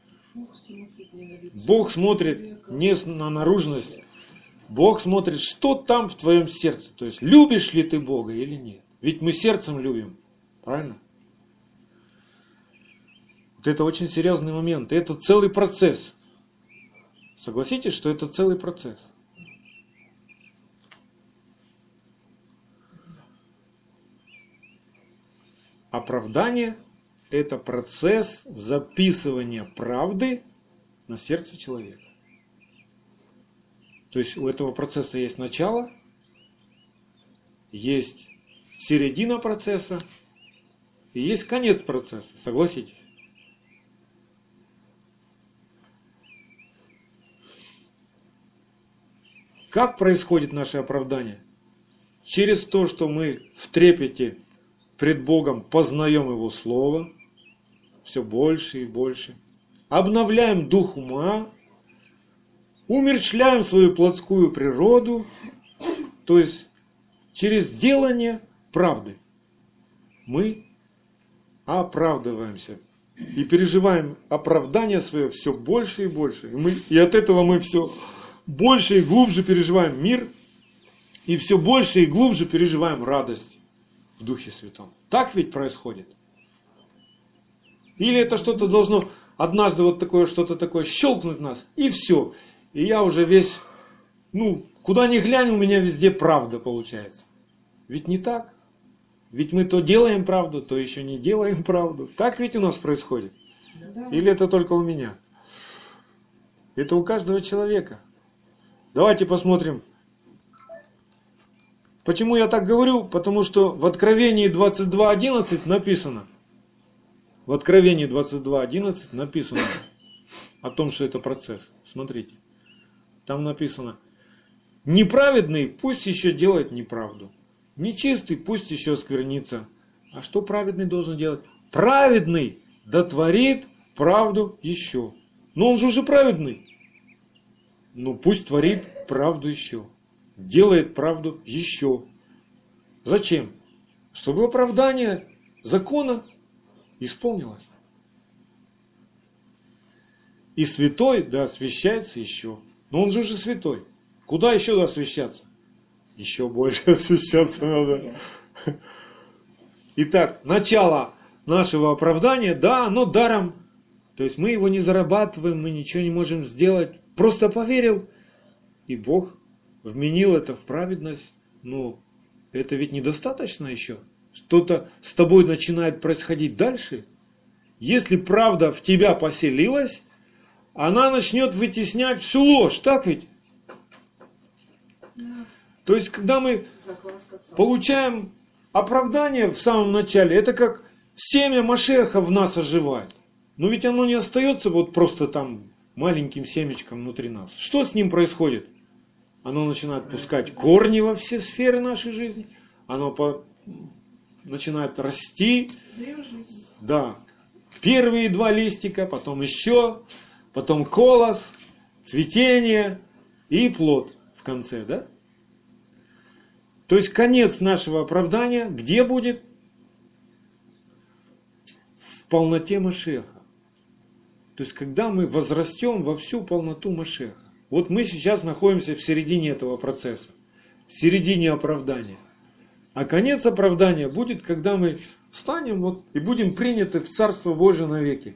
Бог смотрит не на наружность. Бог смотрит, что там в твоем сердце. То есть, любишь ли ты Бога или нет. Ведь мы сердцем любим. Правильно? Вот это очень серьезный момент. И это целый процесс. Согласитесь, что это целый процесс. Оправдание – это процесс записывания правды на сердце человека. То есть у этого процесса есть начало, есть середина процесса и есть конец процесса. Согласитесь? Как происходит наше оправдание? Через то, что мы в трепете пред Богом познаем Его Слово, все больше и больше, обновляем дух ума, умерщвляем свою плотскую природу, то есть через делание правды мы оправдываемся и переживаем оправдание свое все больше и больше. И от этого мы все больше и глубже переживаем мир и все больше и глубже переживаем радость в Духе Святом. Так ведь происходит? Или это что-то должно однажды вот такое, что-то такое щелкнуть нас, и все. И я уже весь, куда ни глянь, у меня везде правда получается. Ведь не так. Ведь мы то делаем правду, то еще не делаем правду. Так ведь у нас происходит? Да. Или это только у меня? Это у каждого человека. Давайте посмотрим. Почему я так говорю? Потому что в Откровении 22:11 написано. В Откровении 22:11 написано о том, что это процесс. Смотрите. Там написано: неправедный пусть еще делает неправду. Нечистый пусть еще осквернится. А что праведный должен делать? Праведный дотворит правду еще. Но он же уже праведный. Ну пусть творит правду еще. Делает правду еще. Зачем? Чтобы оправдание закона исполнилось. И святой, да, освящается еще. Но он же уже святой. Куда еще освящаться? Еще больше освящаться надо. Итак, начало нашего оправдания, да, оно даром. То есть мы его не зарабатываем, мы ничего не можем сделать. Просто поверил, и Бог вменил это в праведность. Но это ведь недостаточно еще. Что-то с тобой начинает происходить дальше. Если правда в тебя поселилась, она начнет вытеснять всю ложь, так ведь? То есть, когда мы получаем оправдание в самом начале, это как семя Машеха в нас оживает. Но ведь оно не остается вот просто там маленьким семечком внутри нас. Что с ним происходит? Оно начинает пускать корни во все сферы нашей жизни. Оно начинает расти. Да. Первые 2 листика, потом еще, потом колос, цветение и плод в конце, да? То есть конец нашего оправдания где будет? В полноте Машеха. То есть когда мы возрастем во всю полноту Машеха. Вот мы сейчас находимся в середине этого процесса. В середине оправдания. А конец оправдания будет, когда мы встанем и будем приняты в Царство Божие навеки.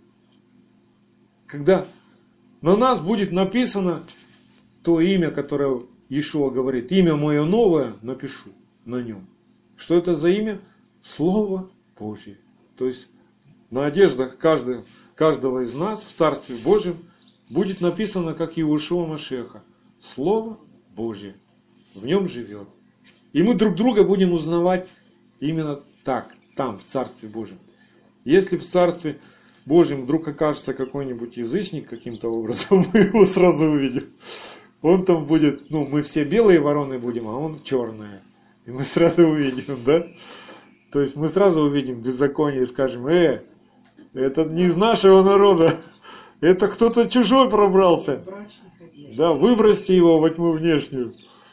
Когда на нас будет написано то имя, которое Иешуа говорит: имя мое новое напишу на нем. Что это за имя? Слово Божье. То есть на одеждах каждого из нас в Царстве Божьем будет написано, как Иешуа Машеха: Слово Божье. В нем живет. И мы друг друга будем узнавать именно так. там, в Царстве Божьем. Если в Царстве Божьем вдруг окажется какой-нибудь язычник каким-то образом, мы его сразу увидим. Он там будет, ну, мы все белые вороны будем, а он черные. И мы сразу увидим, да? То есть мы сразу увидим беззаконие и скажем, это не из нашего народа, это кто-то чужой пробрался. Да, выбросьте его во тьму внешнюю.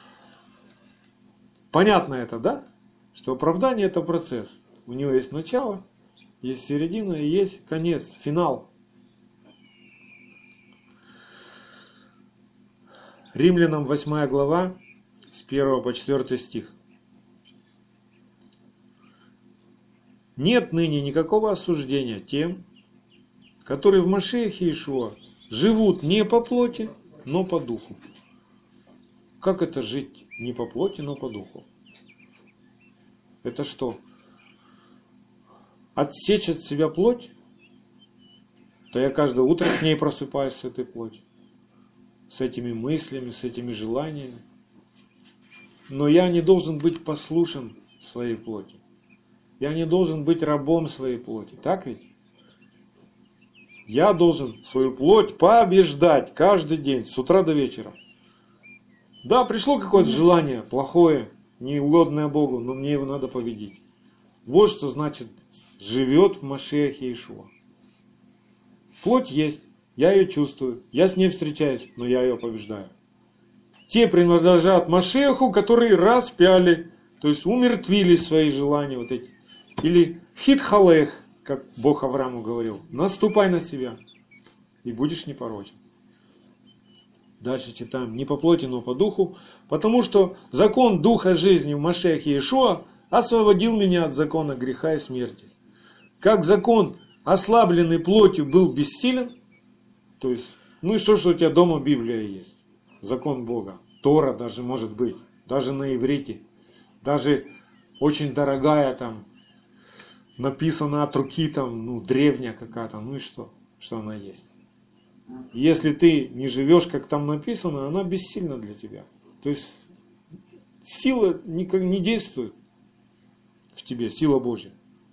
Понятно это, да? Что оправдание это процесс. У него есть начало, есть середина и есть конец, финал. Римлянам 8 глава, с 1 по 4 стих. Нет ныне никакого осуждения тем, которые в Машиахе Иешуа живут не по плоти, но по духу. Как это жить не по плоти, но по духу? Это что? Отсечь от себя плоть? То я каждое утро с ней просыпаюсь, с этой плотью. С этими мыслями, с этими желаниями. Но я не должен быть послушен своей плоти. Я не должен быть рабом своей плоти. Так ведь? Я должен свою плоть побеждать каждый день, с утра до вечера. Да, пришло какое-то желание плохое, неугодное Богу, но мне его надо победить. Вот что значит живет в Машиахе Иешуа. Плоть есть, я ее чувствую, я с ней встречаюсь, но я ее побеждаю. Те принадлежат Машиаху, которые распяли, то есть умертвили свои желания вот эти. Или хитхалех, как Бог Аврааму говорил, наступай на себя, и будешь непорочен. Дальше читаем, не по плоти, но по духу, потому что закон духа жизни в Машиахе Иешуа освободил меня от закона греха и смерти. Как закон, ослабленный плотью, был бессилен, то есть, ну и что у тебя дома Библия есть, закон Бога, Тора даже может быть, даже на иврите, даже очень дорогая там, написана от руки там, ну, древняя какая-то, ну и что она есть. Если ты не живешь, как там написано, она бессильна для тебя. То есть сила никак не действует в тебе, сила Божья.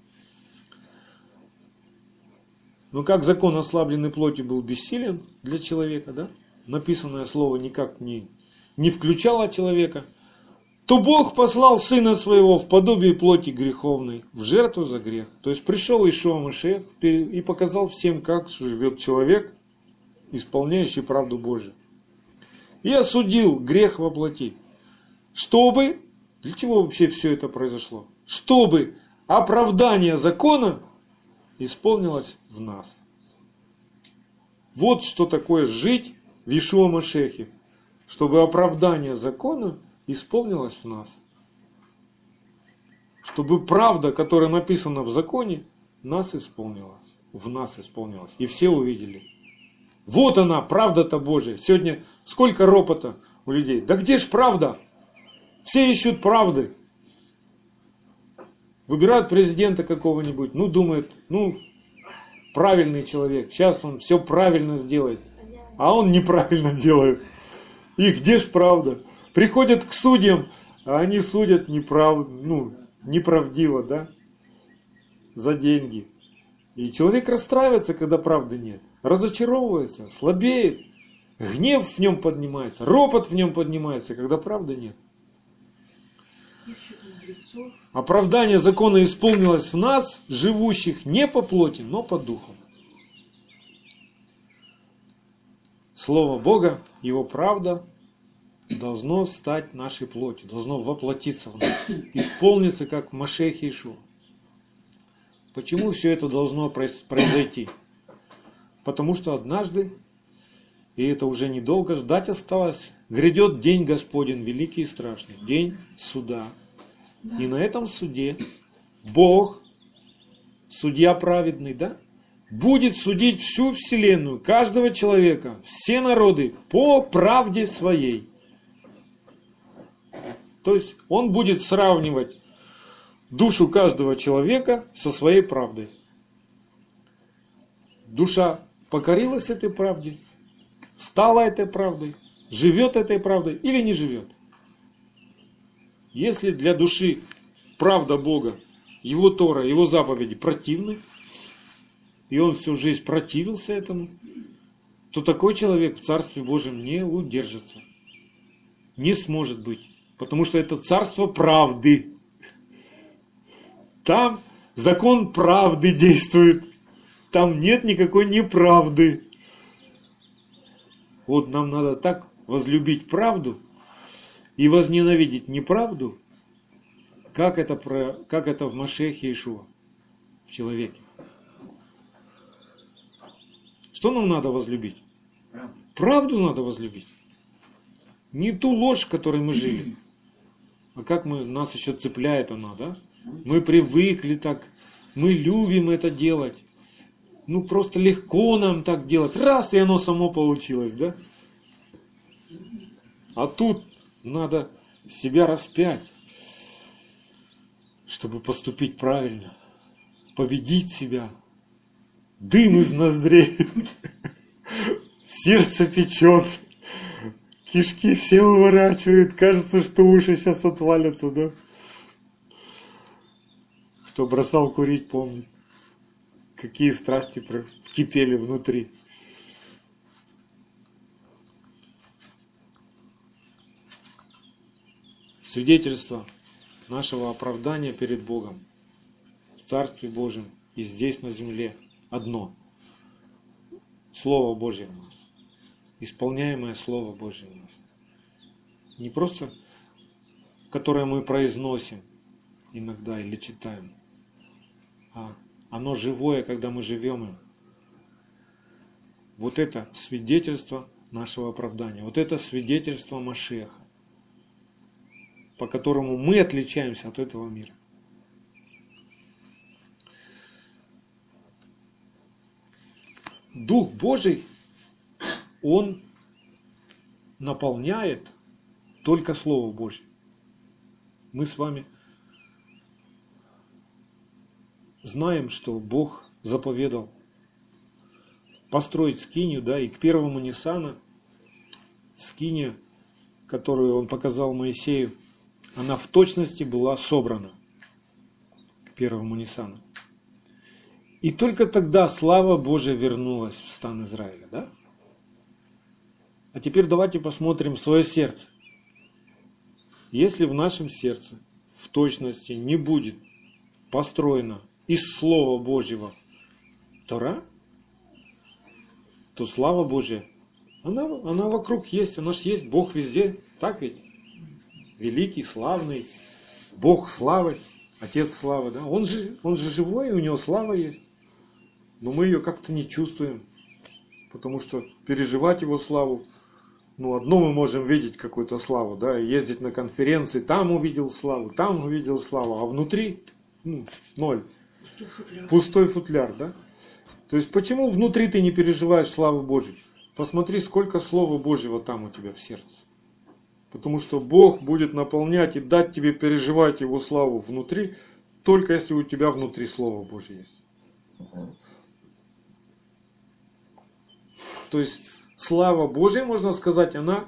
Но как закон, ослабленный плотью, был бессилен для человека, да? Написанное слово никак не включало человека, то Бог послал Сына Своего в подобие плоти греховной, в жертву за грех. То есть пришел Иешуа Машиах и показал всем, как живет человек, исполняющий правду Божию. И осудил грех во плоти. Чтобы, для чего вообще все это произошло? Чтобы оправдание закона исполнилось в нас. Вот что такое жить в Иешуа Машиахе. Чтобы оправдание закона исполнилось в нас. Чтобы правда, которая написана в законе, в нас исполнилась. И все увидели. Вот она, правда-то Божия. Сегодня сколько ропота у людей. Да где ж правда? Все ищут правды. Выбирают президента какого-нибудь. Ну, думают, правильный человек. Сейчас он все правильно сделает. А он неправильно делает. И где ж правда? Приходят к судьям, а они судят неправдиво, да? За деньги. И человек расстраивается, когда правды нет. Разочаровывается, слабеет. Гнев в нем поднимается, ропот в нем поднимается, когда правды нет. Оправдание закона исполнилось в нас, живущих не по плоти, но по духу. Слово Бога, Его правда должно стать нашей плотью, должно воплотиться в нас, исполниться как в Машиахе Иешуа. Почему все это должно произойти? Потому что однажды, и это уже недолго ждать осталось, грядет день Господень, великий и страшный, день суда. И на этом суде Бог, судья праведный, да, будет судить всю вселенную, каждого человека, все народы по правде своей. То есть Он будет сравнивать душу каждого человека со своей правдой. Душа покорилась этой правде, стала этой правдой, живет этой правдой или не живет. Если для души правда Бога его Тора, его заповеди противны, и он всю жизнь противился этому, то такой человек в Царстве Божьем не удержится. Не сможет быть. Потому что это царство правды. Там закон правды действует. Там нет никакой неправды. Вот нам надо так возлюбить правду и возненавидеть неправду, как это в Машиахе Иешуа, в человеке. Что нам надо возлюбить? Правду надо возлюбить. Не ту ложь, в которой мы жили. А как нас еще цепляет она, да? Мы привыкли так, мы любим это делать. Ну просто легко нам так делать. Раз, и оно само получилось, да? А тут надо себя распять, чтобы поступить правильно. Победить себя. Дым из ноздрей. Сердце печет. Кишки все выворачивают. Кажется, что уши сейчас отвалятся, да? Кто бросал курить, помнит. Какие страсти кипели внутри. Свидетельство нашего оправдания перед Богом в Царстве Божьем и здесь на земле одно. Слово Божье в нас. Исполняемое Слово Божье в нас. Не просто, которое мы произносим иногда или читаем, а оно живое, когда мы живем им. Вот это свидетельство нашего оправдания. Вот это свидетельство Машиаха, по которому мы отличаемся от этого мира. Дух Божий, Он наполняет только Слово Божье. Мы с вами знаем, что Бог заповедал построить скинию, да, и к первому Ниссана скиния, которую Он показал Моисею, она в точности была собрана к первому Ниссану. И только тогда слава Божия вернулась в стан Израиля, да? А теперь давайте посмотрим свое сердце. Если в нашем сердце в точности не будет построена из Слова Божьего Тора, то слава Божия, она вокруг есть, она же есть, Бог везде, так ведь? Великий, славный, Бог славы, Отец славы, да? Он же живой, и у него слава есть. Но мы ее как-то не чувствуем, потому что переживать его славу, одно мы можем видеть какую-то славу, да, ездить на конференции, там увидел славу, а внутри ноль. Пустой футляр, да? То есть почему внутри ты не переживаешь славы Божьей? Посмотри, сколько Слова Божьего там у тебя в сердце. Потому что Бог будет наполнять и дать тебе переживать Его славу внутри, только если у тебя внутри Слово Божье есть. То есть слава Божья, можно сказать, она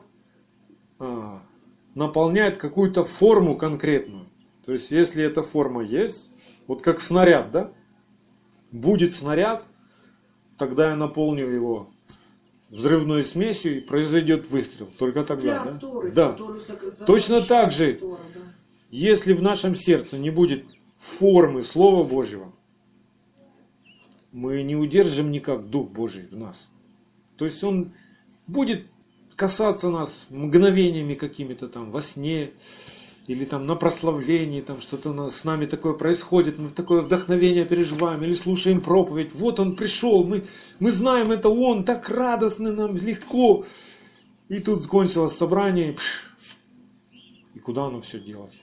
наполняет какую-то форму конкретную. То есть если эта форма есть, вот как снаряд, да? Будет снаряд, тогда я наполню его взрывной смесью и произойдет выстрел. Только тогда, да? Да. Точно так же, если в нашем сердце не будет формы Слова Божьего, мы не удержим никак Дух Божий в нас. То есть Он будет касаться нас мгновениями какими-то там во сне, или там на прославлении, там что-то с нами такое происходит, мы такое вдохновение переживаем, или слушаем проповедь, вот Он пришел, мы знаем, это Он, так радостно нам, легко. И тут закончилось собрание, и куда оно все делось?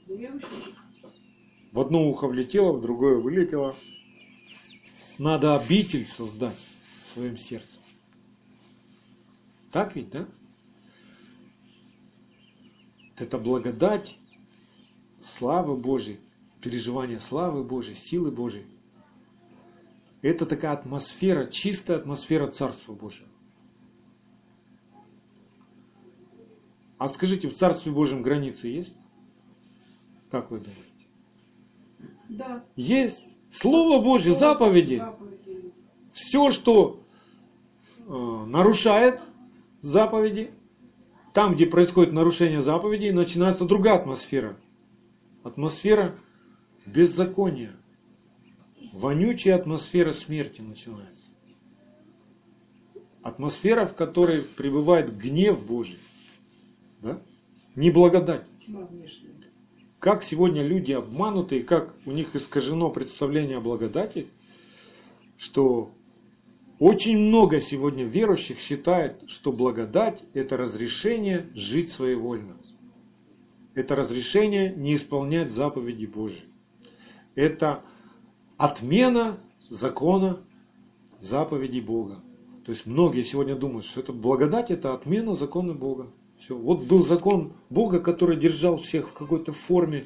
В одно ухо влетело, в другое вылетело. Надо обитель создать в своем сердце. Так ведь, да? Это благодать славы Божьей, переживание славы Божьей, силы Божьей. Это такая атмосфера, чистая атмосфера Царства Божьего. А скажите, в Царстве Божьем границы есть? Как вы думаете? Да. Есть Слово Божье, заповеди. Все, что нарушает заповеди, там, где происходит нарушение заповедей, начинается другая атмосфера. Атмосфера беззакония. Вонючая атмосфера смерти начинается. Атмосфера, в которой пребывает гнев Божий. Да? Не благодать. Как сегодня люди обмануты, и как у них искажено представление о благодати, что очень много сегодня верующих считает, что благодать – это разрешение жить своевольно. Это разрешение не исполнять заповеди Божьи. Это отмена закона заповедей Бога. То есть многие сегодня думают, что это благодать – это отмена закона Бога. Все. Вот был закон Бога, который держал всех в какой-то форме.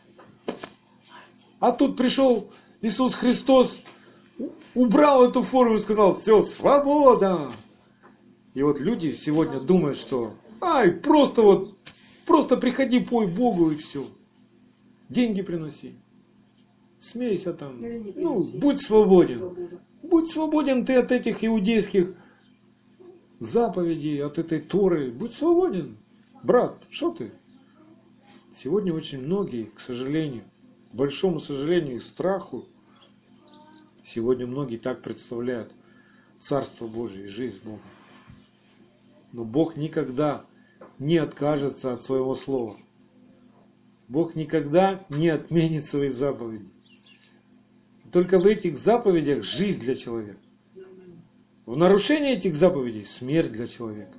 А тут пришел Иисус Христос, убрал эту форму и сказал: все, свобода. И вот люди сегодня думают, что просто приходи, пой Богу и все. Деньги приноси. Смейся там. Будь свободен. Будь свободен ты от этих иудейских заповедей, от этой Торы. Будь свободен. Брат, что ты? Сегодня очень многие, к сожалению, к большому сожалению и страху, сегодня многие так представляют Царство Божие и жизнь с Богом. Но Бог никогда не откажется от своего слова. Бог никогда не отменит свои заповеди. Только в этих заповедях жизнь для человека. В нарушении этих заповедей смерть для человека.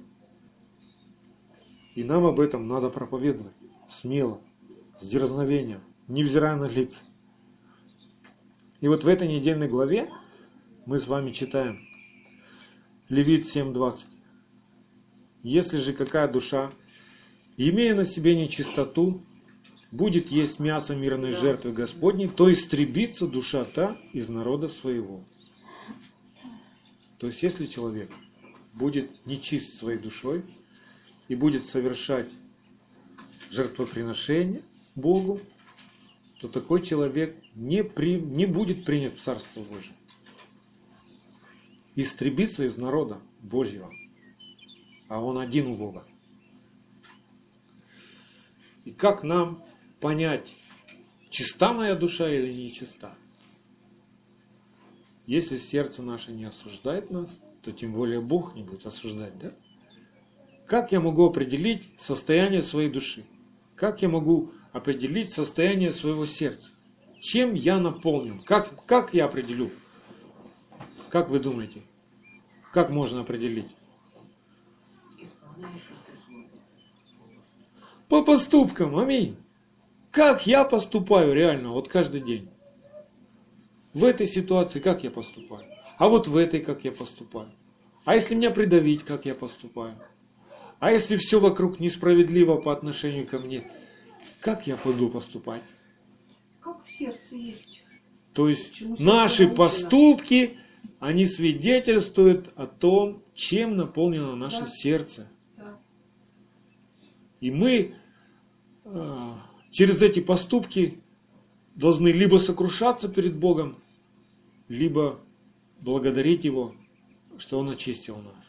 И нам об этом надо проповедовать смело, с дерзновением, невзирая на лица. И вот в этой недельной главе мы с вами читаем Левит 7:20. Если же какая душа, имея на себе нечистоту, будет есть мясо мирной жертвы Господней, то истребится душа та из народа своего. То есть, если человек будет нечист своей душой и будет совершать жертвоприношение Богу, то такой человек не будет принят в Царство Божие. Истребится из народа Божьего. А он один у Бога. И как нам понять, чиста моя душа или не чиста? Если сердце наше не осуждает нас, то тем более Бог не будет осуждать, да? Как я могу определить состояние своей души? Как я могу определить состояние своего сердца? Чем я наполнен? Как я определю? Как вы думаете? Как можно определить? По поступкам, аминь. Как я поступаю реально, вот каждый день? В этой ситуации как я поступаю? А вот в этой как я поступаю? А если меня придавить, как я поступаю? А если все вокруг несправедливо по отношению ко мне, как я буду поступать? Как в сердце есть. То есть наши поступки, они свидетельствуют о том, чем наполнено наше сердце. Да. И мы через эти поступки должны либо сокрушаться перед Богом, либо благодарить Его, что Он очистил нас.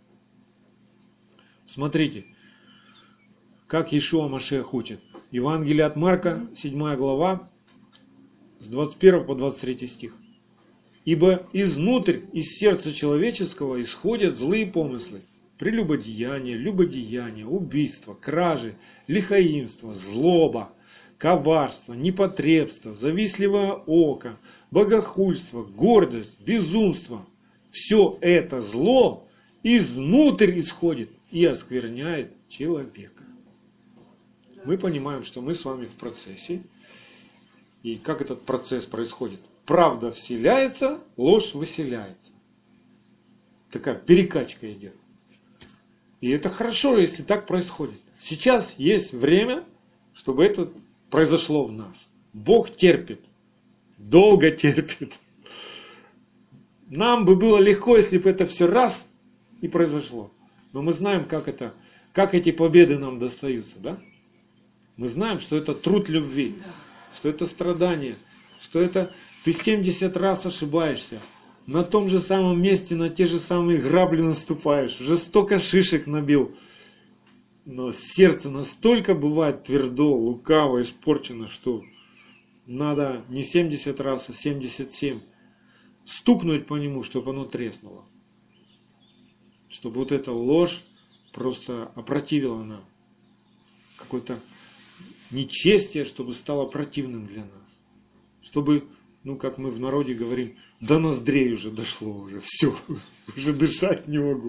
Смотрите, как Иешуа Машиах учит. Евангелие от Марка, 7 глава, с 21 по 23 стих. «Ибо изнутрь, из сердца человеческого исходят злые помыслы, прелюбодеяние, любодеяние, убийство, кражи, лихаимство, злоба, коварство, непотребство, завистливое око, богохульство, гордость, безумство. Все это зло изнутрь исходит и оскверняет человека». Мы понимаем, что мы с вами в процессе. И как этот процесс происходит? Правда вселяется, ложь выселяется. Такая перекачка идет. И это хорошо, если так происходит. Сейчас есть время, чтобы это произошло в нас. Бог терпит. Долго терпит. Нам бы было легко, если бы это все раз и произошло. Но мы знаем, как эти победы нам достаются, да? Мы знаем, что это труд любви, что это страдание, что это ты 70 раз ошибаешься. На том же самом месте, на те же самые грабли наступаешь. Уже столько шишек набил. Но сердце настолько бывает твердо, лукаво, испорчено, что надо не 70 раз, а 77. Стукнуть по нему, чтобы оно треснуло. Чтобы вот эта ложь просто опротивила нам. Какое-то нечестие, чтобы стало противным для нас. Чтобы, как мы в народе говорим, до ноздрей уже дошло, уже все, уже дышать не могу.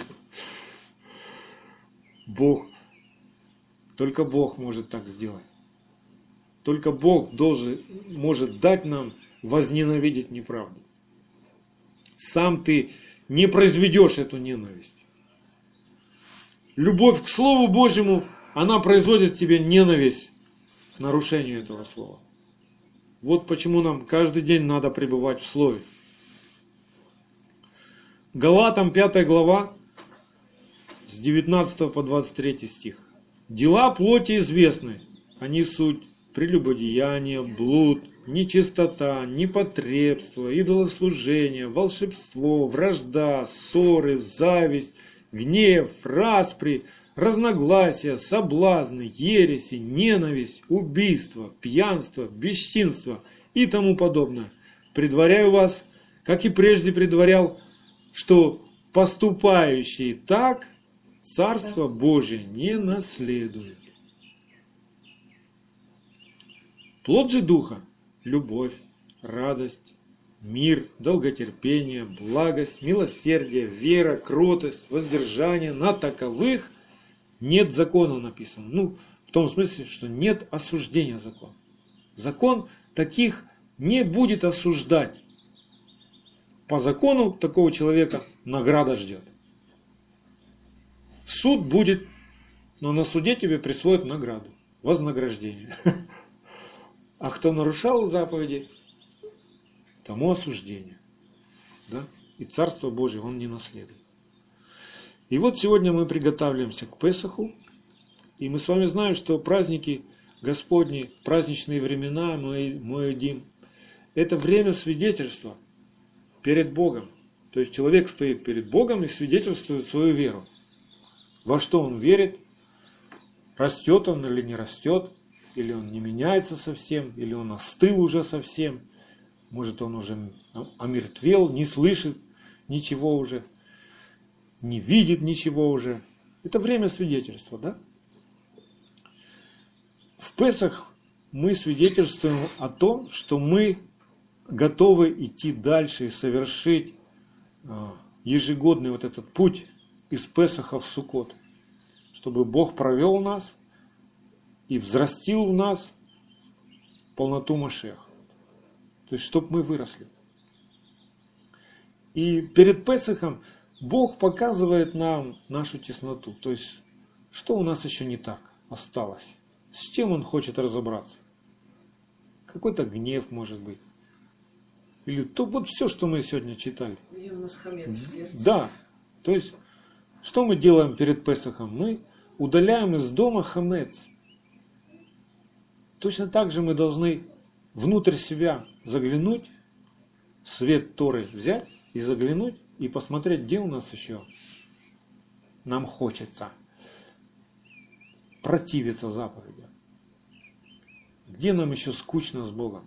Только Бог может так сделать. Только Бог может дать нам возненавидеть неправду. Сам ты не произведешь эту ненависть. Любовь к Слову Божьему, она производит в тебе ненависть к нарушению этого Слова. Вот почему нам каждый день надо пребывать в Слове. Галатам 5 глава, с 19 по 23 стих. Дела плоти известны, они суть прелюбодеяние, блуд, нечистота, непотребство, идолослужение, волшебство, вражда, ссоры, зависть, гнев, распри, разногласия, соблазны, ереси, ненависть, убийство, пьянство, бесчинство и тому подобное. Предваряю вас, как и прежде предварял, что поступающие так Царство Божие не наследует. Плод же Духа – любовь, радость, мир, долготерпение, благость, милосердие, вера, кротость, воздержание. На таковых нет закона написано. В том смысле, что нет осуждения закона. Закон таких не будет осуждать. По закону такого человека награда ждет. Суд будет, но на суде тебе присвоят награду, вознаграждение. А кто нарушал заповеди, тому осуждение. Да? И Царство Божие он не наследует. И вот сегодня мы приготавливаемся к Песаху. И мы с вами знаем, что праздники Господни, праздничные времена, Моэдим, это время свидетельства перед Богом. То есть человек стоит перед Богом и свидетельствует свою веру. Во что он верит, растет он или не растет, или он не меняется совсем, или он остыл уже совсем, может он уже омертвел, не слышит ничего уже, не видит ничего уже. Это время свидетельства, да? В Песах мы свидетельствуем о том, что мы готовы идти дальше и совершить ежегодный вот этот путь из Песаха в Суккот, чтобы Бог провел нас и взрастил в нас полноту Машиаха. То есть, чтобы мы выросли. И перед Песахом Бог показывает нам нашу тесноту. То есть, что у нас еще не так осталось. С чем Он хочет разобраться. Какой-то гнев, может быть. Или то вот все, что мы сегодня читали. Где у нас хамец в сердце? Да. То есть, что мы делаем перед Песахом? Мы удаляем из дома хамец. Точно так же мы должны внутрь себя заглянуть, свет Торы взять и заглянуть, и посмотреть, где у нас еще нам хочется противиться заповедям. Где нам еще скучно с Богом?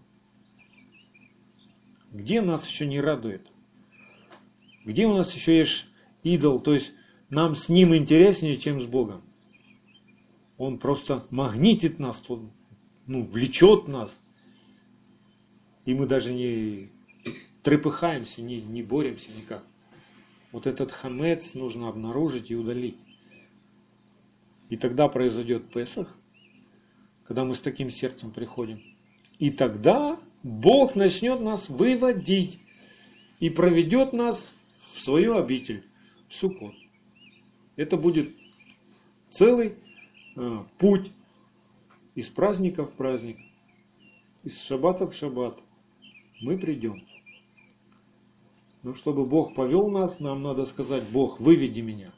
Где нас еще не радует? Где у нас еще есть идол? То есть нам с ним интереснее, чем с Богом. Он просто магнитит нас, влечет нас. И мы даже не трепыхаемся, не боремся никак. Вот этот хамец нужно обнаружить и удалить. И тогда произойдет Песах, когда мы с таким сердцем приходим. И тогда Бог начнет нас выводить и проведет нас в свою обитель, в Суккот. Это будет целый путь из праздника в праздник, из шаббата в шаббат. Мы придем. Но чтобы Бог повел нас, нам надо сказать: Бог, выведи меня.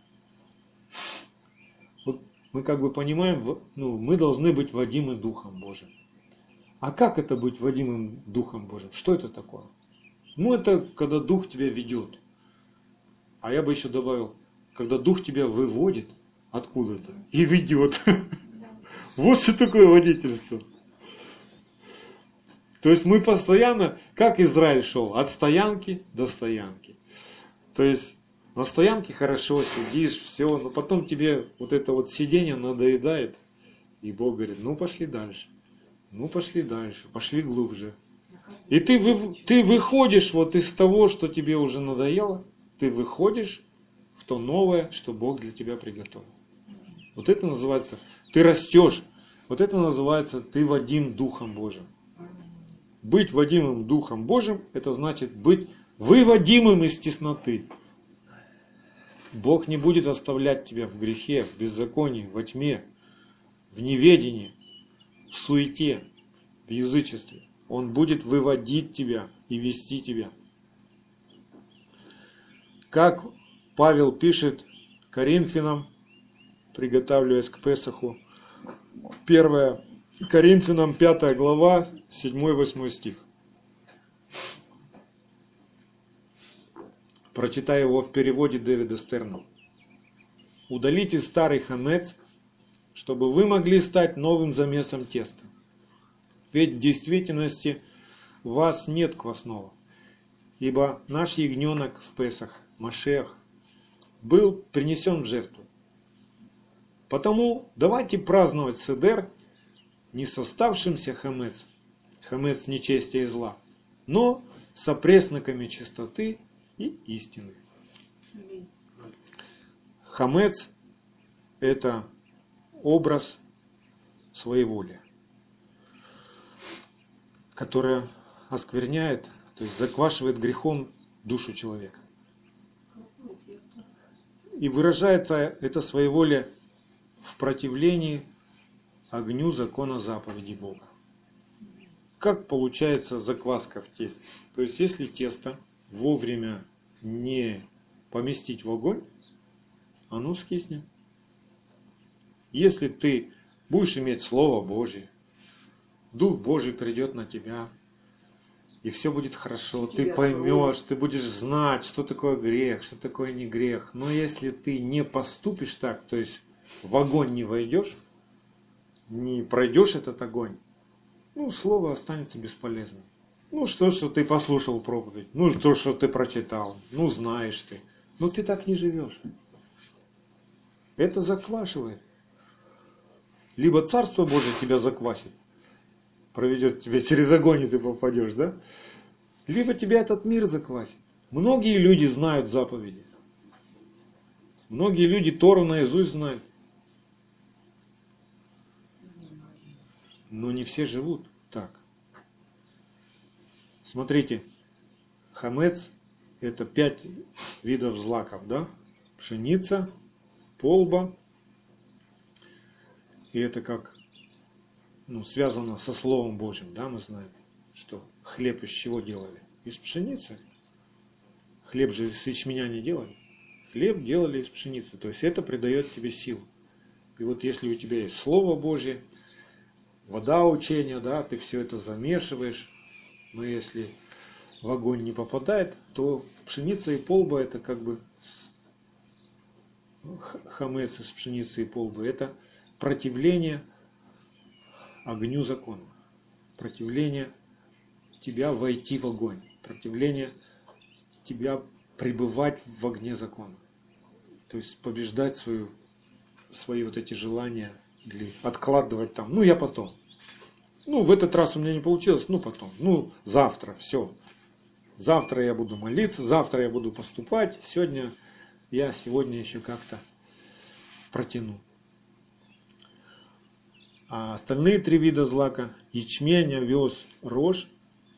Вот мы как бы понимаем, мы должны быть водимы Духом Божиим. А как это быть водимым Духом Божьим? Что это такое? Ну, это когда Дух тебя ведет. А я бы еще добавил, когда Дух тебя выводит откуда-то и ведет. Вот что такое водительство. То есть мы постоянно, как Израиль шел, от стоянки до стоянки. То есть на стоянке хорошо сидишь, все, но потом тебе вот это вот сидение надоедает. И Бог говорит, ну пошли дальше. Ну пошли дальше, пошли глубже. И ты выходишь вот из того, что тебе уже надоело, ты выходишь в то новое, что Бог для тебя приготовил. Вот это называется, ты растешь. Вот это называется, ты водим Духом Божьим. Быть водимым Духом Божьим, это значит быть выводимым из тесноты. Бог не будет оставлять тебя в грехе, в беззаконии, во тьме, в неведении, в суете, в язычестве. Он будет выводить тебя и вести тебя. Как Павел пишет Коринфянам, приготавливаясь к Песаху, 1 Коринфянам 5 глава, 7-8 стих. Прочитаю его в переводе Дэвида Стерна. «Удалите старый хамец, чтобы вы могли стать новым замесом теста. Ведь в действительности у вас нет квасного, ибо наш ягненок в Песах, Машех, был принесен в жертву. Потому давайте праздновать седер не с оставшимся хамец, хамец нечестия и зла, но с опресноками чистоты и истины». Хамец – это образ своеволия, которая оскверняет, то есть заквашивает грехом душу человека. И выражается это своеволие в противлении огню закона заповедей Бога. Как получается закваска в тесте? То есть если тесто вовремя не поместить в огонь, оно скиснет. Если ты будешь иметь Слово Божие, Дух Божий придет на тебя, и все будет хорошо, ты поймешь, ты будешь знать, что такое грех, что такое не грех. Но если ты не поступишь так, то есть в огонь не войдешь, не пройдешь этот огонь, ну, Слово останется бесполезным. Ну, что ты послушал проповедь, ну, что ты прочитал, ну, знаешь ты. Но ты так не живешь. Это заквашивает. Либо Царство Божие тебя заквасит, проведет тебя через огонь, и ты попадешь, да? Либо тебя этот мир заквасит. Многие люди знают заповеди. Многие люди Тору наизусть знают. Но не все живут так. Смотрите, хамец – это 5 видов злаков, да? Пшеница, полба. И это как связано со Словом Божьим, да, мы знаем, что хлеб из чего делали? Из пшеницы. Хлеб же из ячменя не делали. Хлеб делали из пшеницы. То есть это придает тебе силу. И вот если у тебя есть Слово Божье, вода учения, да, ты все это замешиваешь, но если в огонь не попадает, то пшеница и полба это как бы хамец из пшеницы и полбы, это противление огню закона, противление тебя войти в огонь, противление тебя пребывать в огне закона. То есть побеждать свои вот эти желания или откладывать там, ну я потом. Ну в этот раз у меня не получилось, ну потом, ну завтра, все. Завтра я буду молиться, завтра я буду поступать, сегодня еще как-то протяну. А остальные 3 вида злака, ячмень, овес, рожь,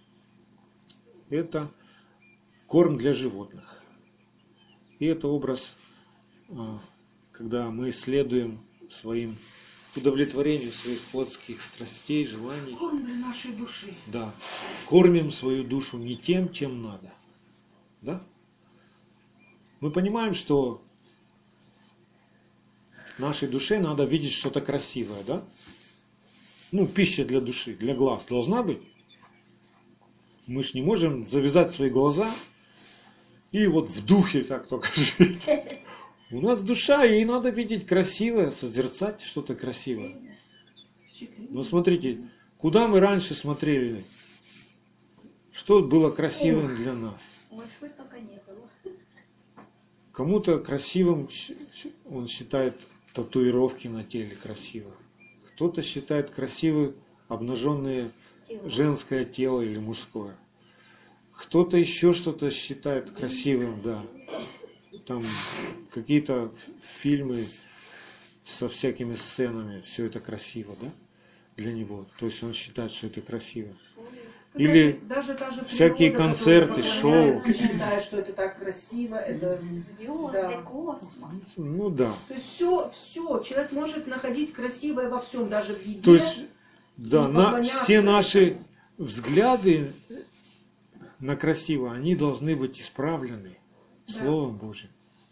это корм для животных. И это образ, когда мы следуем своим удовлетворению своих плотских страстей, желаний. Корм для нашей души. Да. Кормим свою душу не тем, чем надо. Да? Мы понимаем, что нашей душе надо видеть что-то красивое, да? Ну, пища для души, для глаз должна быть. Мы ж не можем завязать свои глаза и вот в духе так только жить. У нас душа, ей надо видеть красивое, созерцать что-то красивое. Но смотрите, куда мы раньше смотрели? Что было красивым для нас? Маршрут пока не было. Кому-то красивым он считает татуировки на теле красиво. Кто-то считает красивым обнаженное женское тело или мужское. Кто-то еще что-то считает красивым, да. Там какие-то фильмы со всякими сценами, все это красиво, да, для него. То есть он считает, что это красиво. Или даже та же всякие природа, концерты, которая шоу. поклоняется, считая, что это так красиво, это Звезды, да. космос. Ну да. То есть все, человек может находить красивое во всем, даже в еде. То есть, да, и на поклоняться все наши этому. взгляды на красиво, они должны быть исправлены Да. Словом Божьим.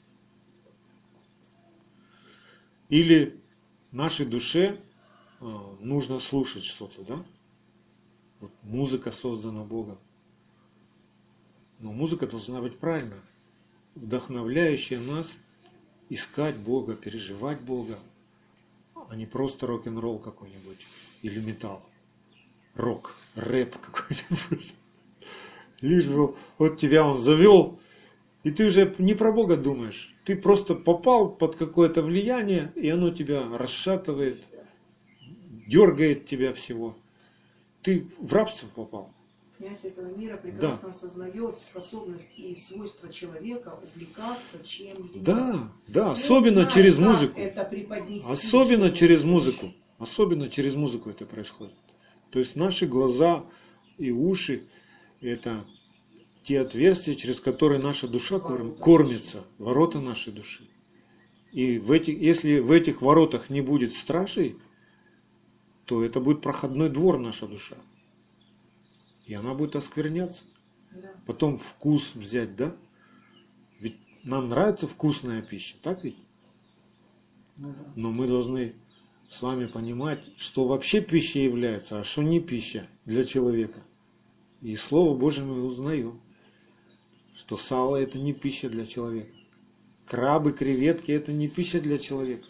Или нашей душе нужно слушать что-то, да? Вот музыка создана Богом. Но музыка должна быть правильная, вдохновляющая нас искать Бога, переживать Бога, а не просто рок-н-ролл какой-нибудь или металл. Рок, рэп какой-нибудь. Лишь бы вот тебя он завел, и ты уже не про Бога думаешь. Ты просто попал под какое-то влияние, и оно тебя расшатывает, дергает тебя всего. Ты в рабство попал. Князь этого мира прекрасно осознает способность и свойства человека увлекаться чем-либо. Да, да, И он особенно знает, через как музыку. это преподнести, Особенно чтобы через это музыку. Особенно через музыку это происходит. То есть наши глаза и уши – это те отверстия, через которые наша душа кормится, ворота нашей души. И если в этих воротах не будет стражей, то это будет проходной двор наша душа. И она будет оскверняться. Да. Потом вкус взять, да? Ведь нам нравится вкусная пища, так ведь? Но мы должны с вами понимать, что вообще пищей является, а что не пища для человека. И Слово Божие мы узнаем, что сало это не пища для человека. Крабы, креветки это не пища для человека.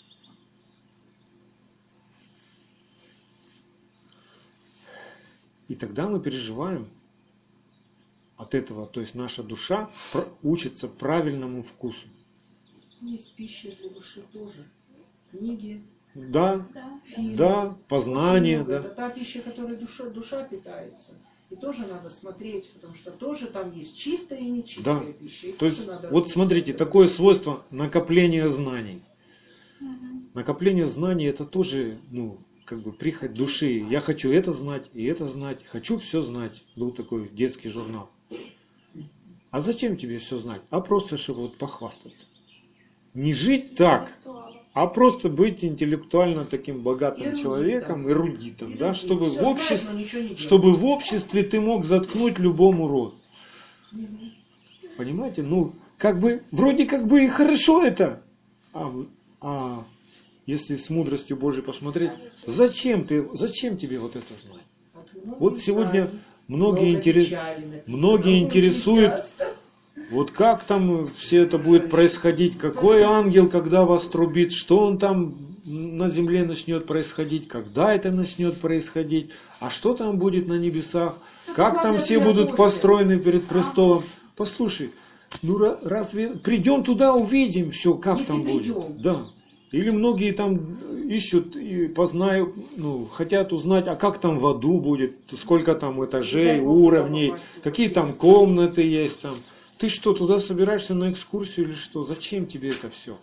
И тогда мы переживаем от этого, то есть наша душа учится правильному вкусу. Есть пища для души тоже. Книги, Да, Да, фильмы. да, познание, Очень много. да. Это та пища, которой душа питается. И тоже надо смотреть, потому что тоже там есть чистая и нечистая Да. пища. И То есть, тоже надо вот различать смотрите, это. такое свойство накопления знаний. Мгм. Накопление знаний это тоже, как бы прихоть души. Я хочу это знать и это знать. Хочу все знать. Был такой детский журнал. А зачем тебе все знать? А просто, чтобы вот похвастаться. Не жить так, а просто быть интеллектуально таким богатым Эрудитом. человеком, эрудитом, да, чтобы Всё в обществе, знает, но ничего не делает. чтобы в обществе ты мог заткнуть любому рот. Мгм. Понимаете? Вроде как бы и хорошо это. А если с мудростью Божией посмотреть, зачем тебе вот это знать? От многих Вот сегодня знаний многие много печали написано, многие много интересуют, энтузиастов. вот как там все это будет происходить, какой ангел, когда вас трубит, что он там на земле начнет происходить, когда это начнет происходить, а что там будет на небесах, как там все будут построены перед престолом. Послушай, разве придем туда, увидим все, как Если там придем. будет. Да. Или многие там ищут и познают, хотят узнать, а как там в аду будет, сколько там этажей, Дай Бог уровней, туда попасть, какие там комнаты есть там. Ты что, туда собираешься на экскурсию или что? Зачем тебе это все?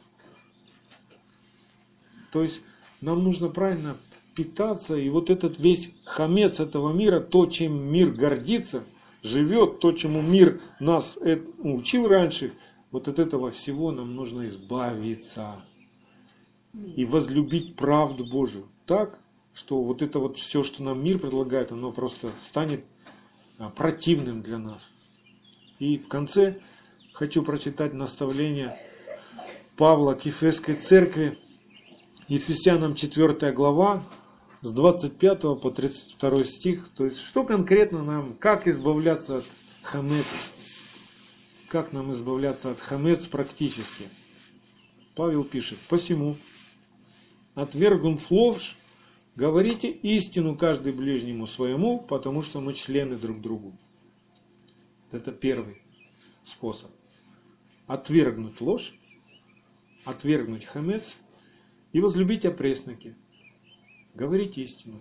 То есть нам нужно правильно питаться, и вот этот весь хамец этого мира, то, чем мир гордится, живет, то, чему мир нас учил раньше, вот от этого всего нам нужно избавиться. И возлюбить правду Божию так, что вот это вот все, что нам мир предлагает, оно просто станет противным для нас. И в конце хочу прочитать наставление Павла к Ефесской церкви, Ефесянам 4 глава, с 25 по 32 стих. То есть, что конкретно нам, как избавляться от хамец? Как нам избавляться от хамец практически? Павел пишет: «Посему, отвергнув ложь, говорите истину каждый ближнему своему, потому что мы члены друг другу». Это первый способ. Отвергнуть ложь, отвергнуть хамец и возлюбить опресноки. Говорить истину.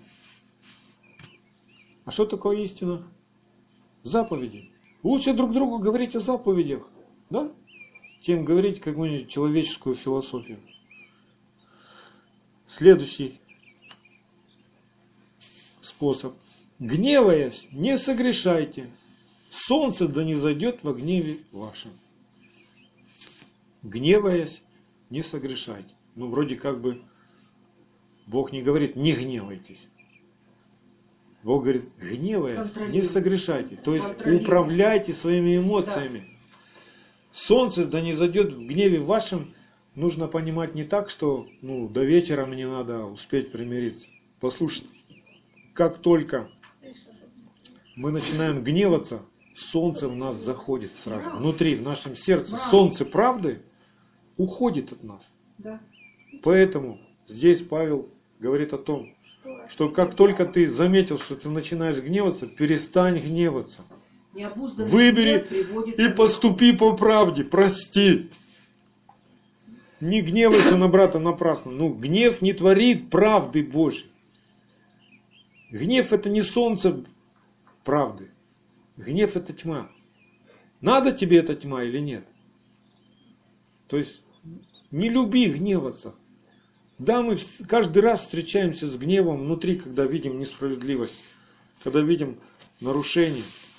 А что такое истина? Заповеди. Лучше друг другу говорить о заповедях, да? Чем говорить какую-нибудь человеческую философию. Следующий способ. Гневаясь, не согрешайте. Солнце да не зайдет во гневе вашем. Гневаясь, не согрешайте. Ну, вроде как бы Бог не говорит: не гневайтесь. Бог говорит: гневаясь, не согрешайте. То есть управляйте своими эмоциями. Да. Солнце да не зайдет в гневе вашем, нужно понимать не так, что до вечера мне надо успеть примириться. Послушайте, как только мы начинаем гневаться, солнце в нас заходит сразу. Внутри, в нашем сердце, солнце правды уходит от нас. Да. Поэтому здесь Павел говорит о том, что как только ты заметил, что ты начинаешь гневаться, перестань гневаться. Выбери и поступи по правде, прости. Не гневайся на брата напрасно. Гнев не творит правды Божьей. Гнев — это не солнце правды. Гнев — это тьма. Надо тебе эта тьма или нет? То есть не люби гневаться. Да, мы каждый раз встречаемся с гневом внутри, когда видим несправедливость, когда видим нарушение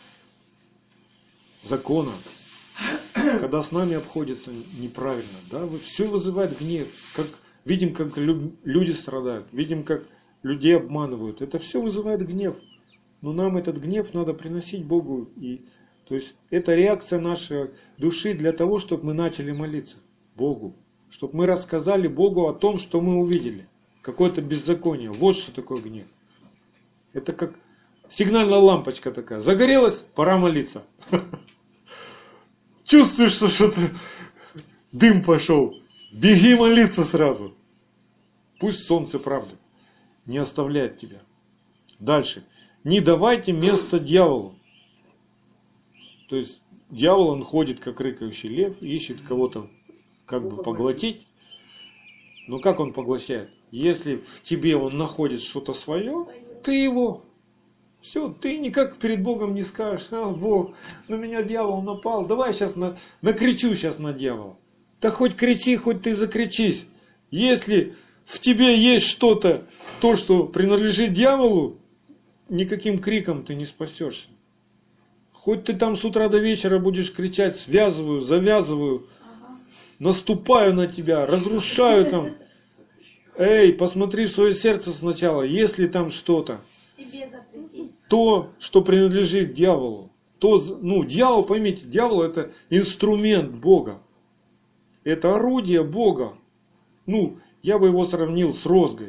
закона, когда с нами обходятся неправильно. Да, все вызывает гнев. Видим, как люди страдают, видим, как людей обманывают. Это все вызывает гнев. Но нам этот гнев надо приносить Богу. То есть это реакция нашей души для того, чтобы мы начали молиться Богу. Чтобы мы рассказали Богу о том, что мы увидели. Какое-то беззаконие. Вот что такое гнев. Это как сигнальная лампочка такая. Загорелась, пора молиться. Чувствуешь, что что-то дым пошел. Беги молиться сразу. Пусть солнце правды не оставляет тебя. Дальше. Не давайте место дьяволу. То есть дьявол, он ходит как рыкающий лев, ищет кого-то как бы поглотить. Но как он поглощает? Если в тебе он находит что-то свое, ты его. Все, ты никак перед Богом не скажешь: Бог, на меня дьявол напал, давай сейчас накричу сейчас на дьявола. Да хоть кричи, хоть ты закричись. Если в тебе есть что-то, то, что принадлежит дьяволу, никаким криком ты не спасешься. Хоть ты там с утра до вечера будешь кричать: связываю, завязываю, наступаю на тебя, разрушаю там. Эй, посмотри в свое сердце сначала, есть ли там что-то. То, что принадлежит дьяволу. Дьявол, поймите, дьявол — это инструмент Бога. Это орудие Бога. Я бы его сравнил с розгой.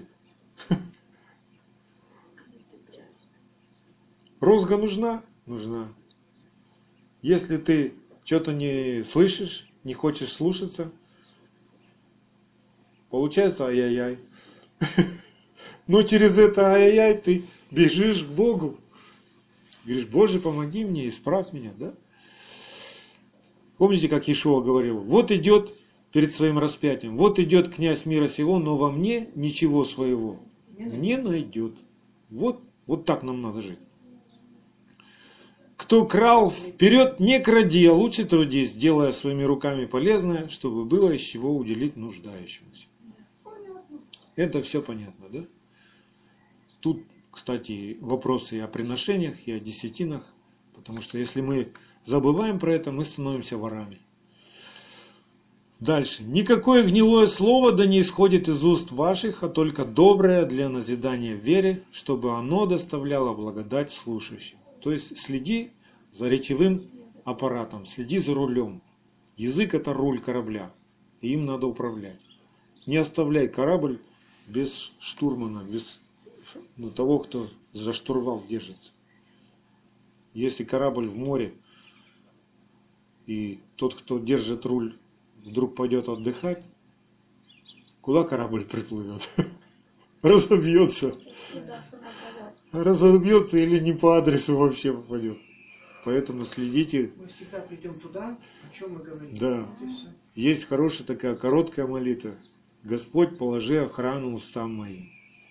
Розга нужна? Нужна. Если ты что-то не слышишь, не хочешь слушаться, получается ай-яй-яй. Но через это ай-яй-яй ты бежишь к Богу. Говоришь: Боже, помоги мне, исправь меня. Да? Помните, как Иешуа говорил: вот идет перед своим распятием, вот идет князь мира сего, но во мне ничего своего не найдет. Вот так нам надо жить. Кто крал, вперед не кради, а лучше трудись, делая своими руками полезное, чтобы было из чего уделить нуждающемуся. Это все понятно, да? Тут, кстати, вопросы и о приношениях, и о десятинах, потому что если мы забываем про это, мы становимся ворами. Дальше. Никакое гнилое слово да не исходит из уст ваших, а только доброе для назидания в вере, чтобы оно доставляло благодать слушающим. То есть следи за речевым аппаратом, следи за рулем. Язык — это руль корабля, и им надо управлять. Не оставляй корабль без штурмана, без того, кто за штурвал держится. Если корабль в море, и тот, кто держит руль, вдруг пойдет отдыхать, куда корабль приплывет? Разобьется. Туда, что надо. Разобьется или не по адресу вообще попадет. Поэтому следите. Мы всегда придем туда, о чем мы говорим. Да. Вот и всё. Есть хорошая такая короткая молитва. Господь, положи охрану устам моим.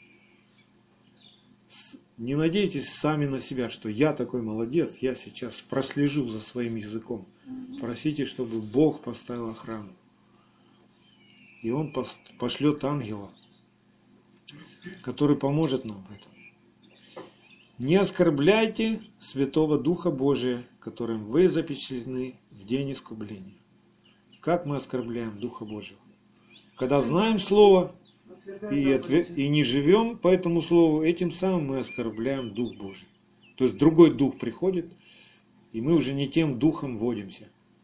Не надейтесь сами на себя, что я такой молодец, я сейчас прослежу за своим языком. Просите, чтобы Бог поставил охрану. И Он пошлет ангела, который поможет нам в этом. Не оскорбляйте Святого Духа Божия, которым вы запечатлены в день искупления. Как мы оскорбляем Духа Божьего? Когда знаем Слово Отвергая заповеди. и не живем по этому Слову, этим самым мы оскорбляем Дух Божий. То есть другой Дух приходит, и мы уже не тем Духом водимся.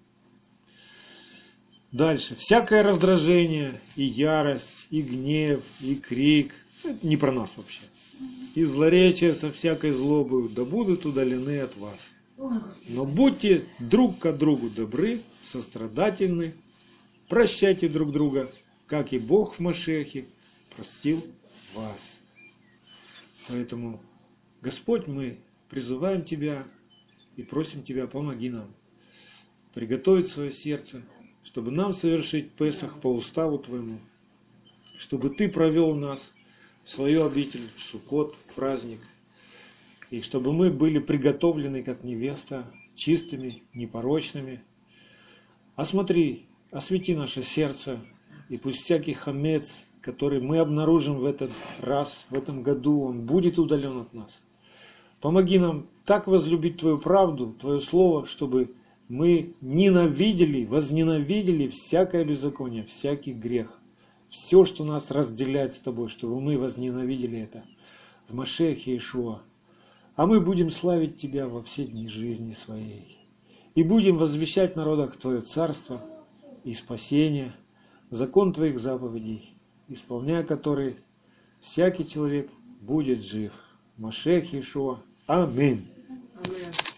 Дальше. Всякое раздражение, и ярость, и гнев, и крик. Это не про нас вообще. И злоречие со всякой злобою, да будут удалены от вас. Ой, Господи. Но будьте друг к другу добры, сострадательны, прощайте друг друга, как и Бог в Машехе простил вас. Поэтому, Господь, мы призываем Тебя и просим Тебя, помоги нам приготовить свое сердце, чтобы нам совершить Песах по уставу Твоему, чтобы Ты провел нас в свою обитель, в Суккот, в праздник, и чтобы мы были приготовлены как невеста, чистыми, непорочными. Осмотри, освети наше сердце, и пусть всякий хамец, который мы обнаружим в этот раз, в этом году, он будет удален от нас. Помоги нам так возлюбить Твою правду, Твое Слово, чтобы мы ненавидели, возненавидели всякое беззаконие, всякий грех. Все, что нас разделяет с Тобой, чтобы мы возненавидели это в Машехе Иешуа. А мы будем славить Тебя во все дни жизни своей. И будем возвещать в народах Твое царство и спасение, закон Твоих заповедей, исполняя которые всякий человек будет жив. Машех Иешуа. Аминь. Аминь.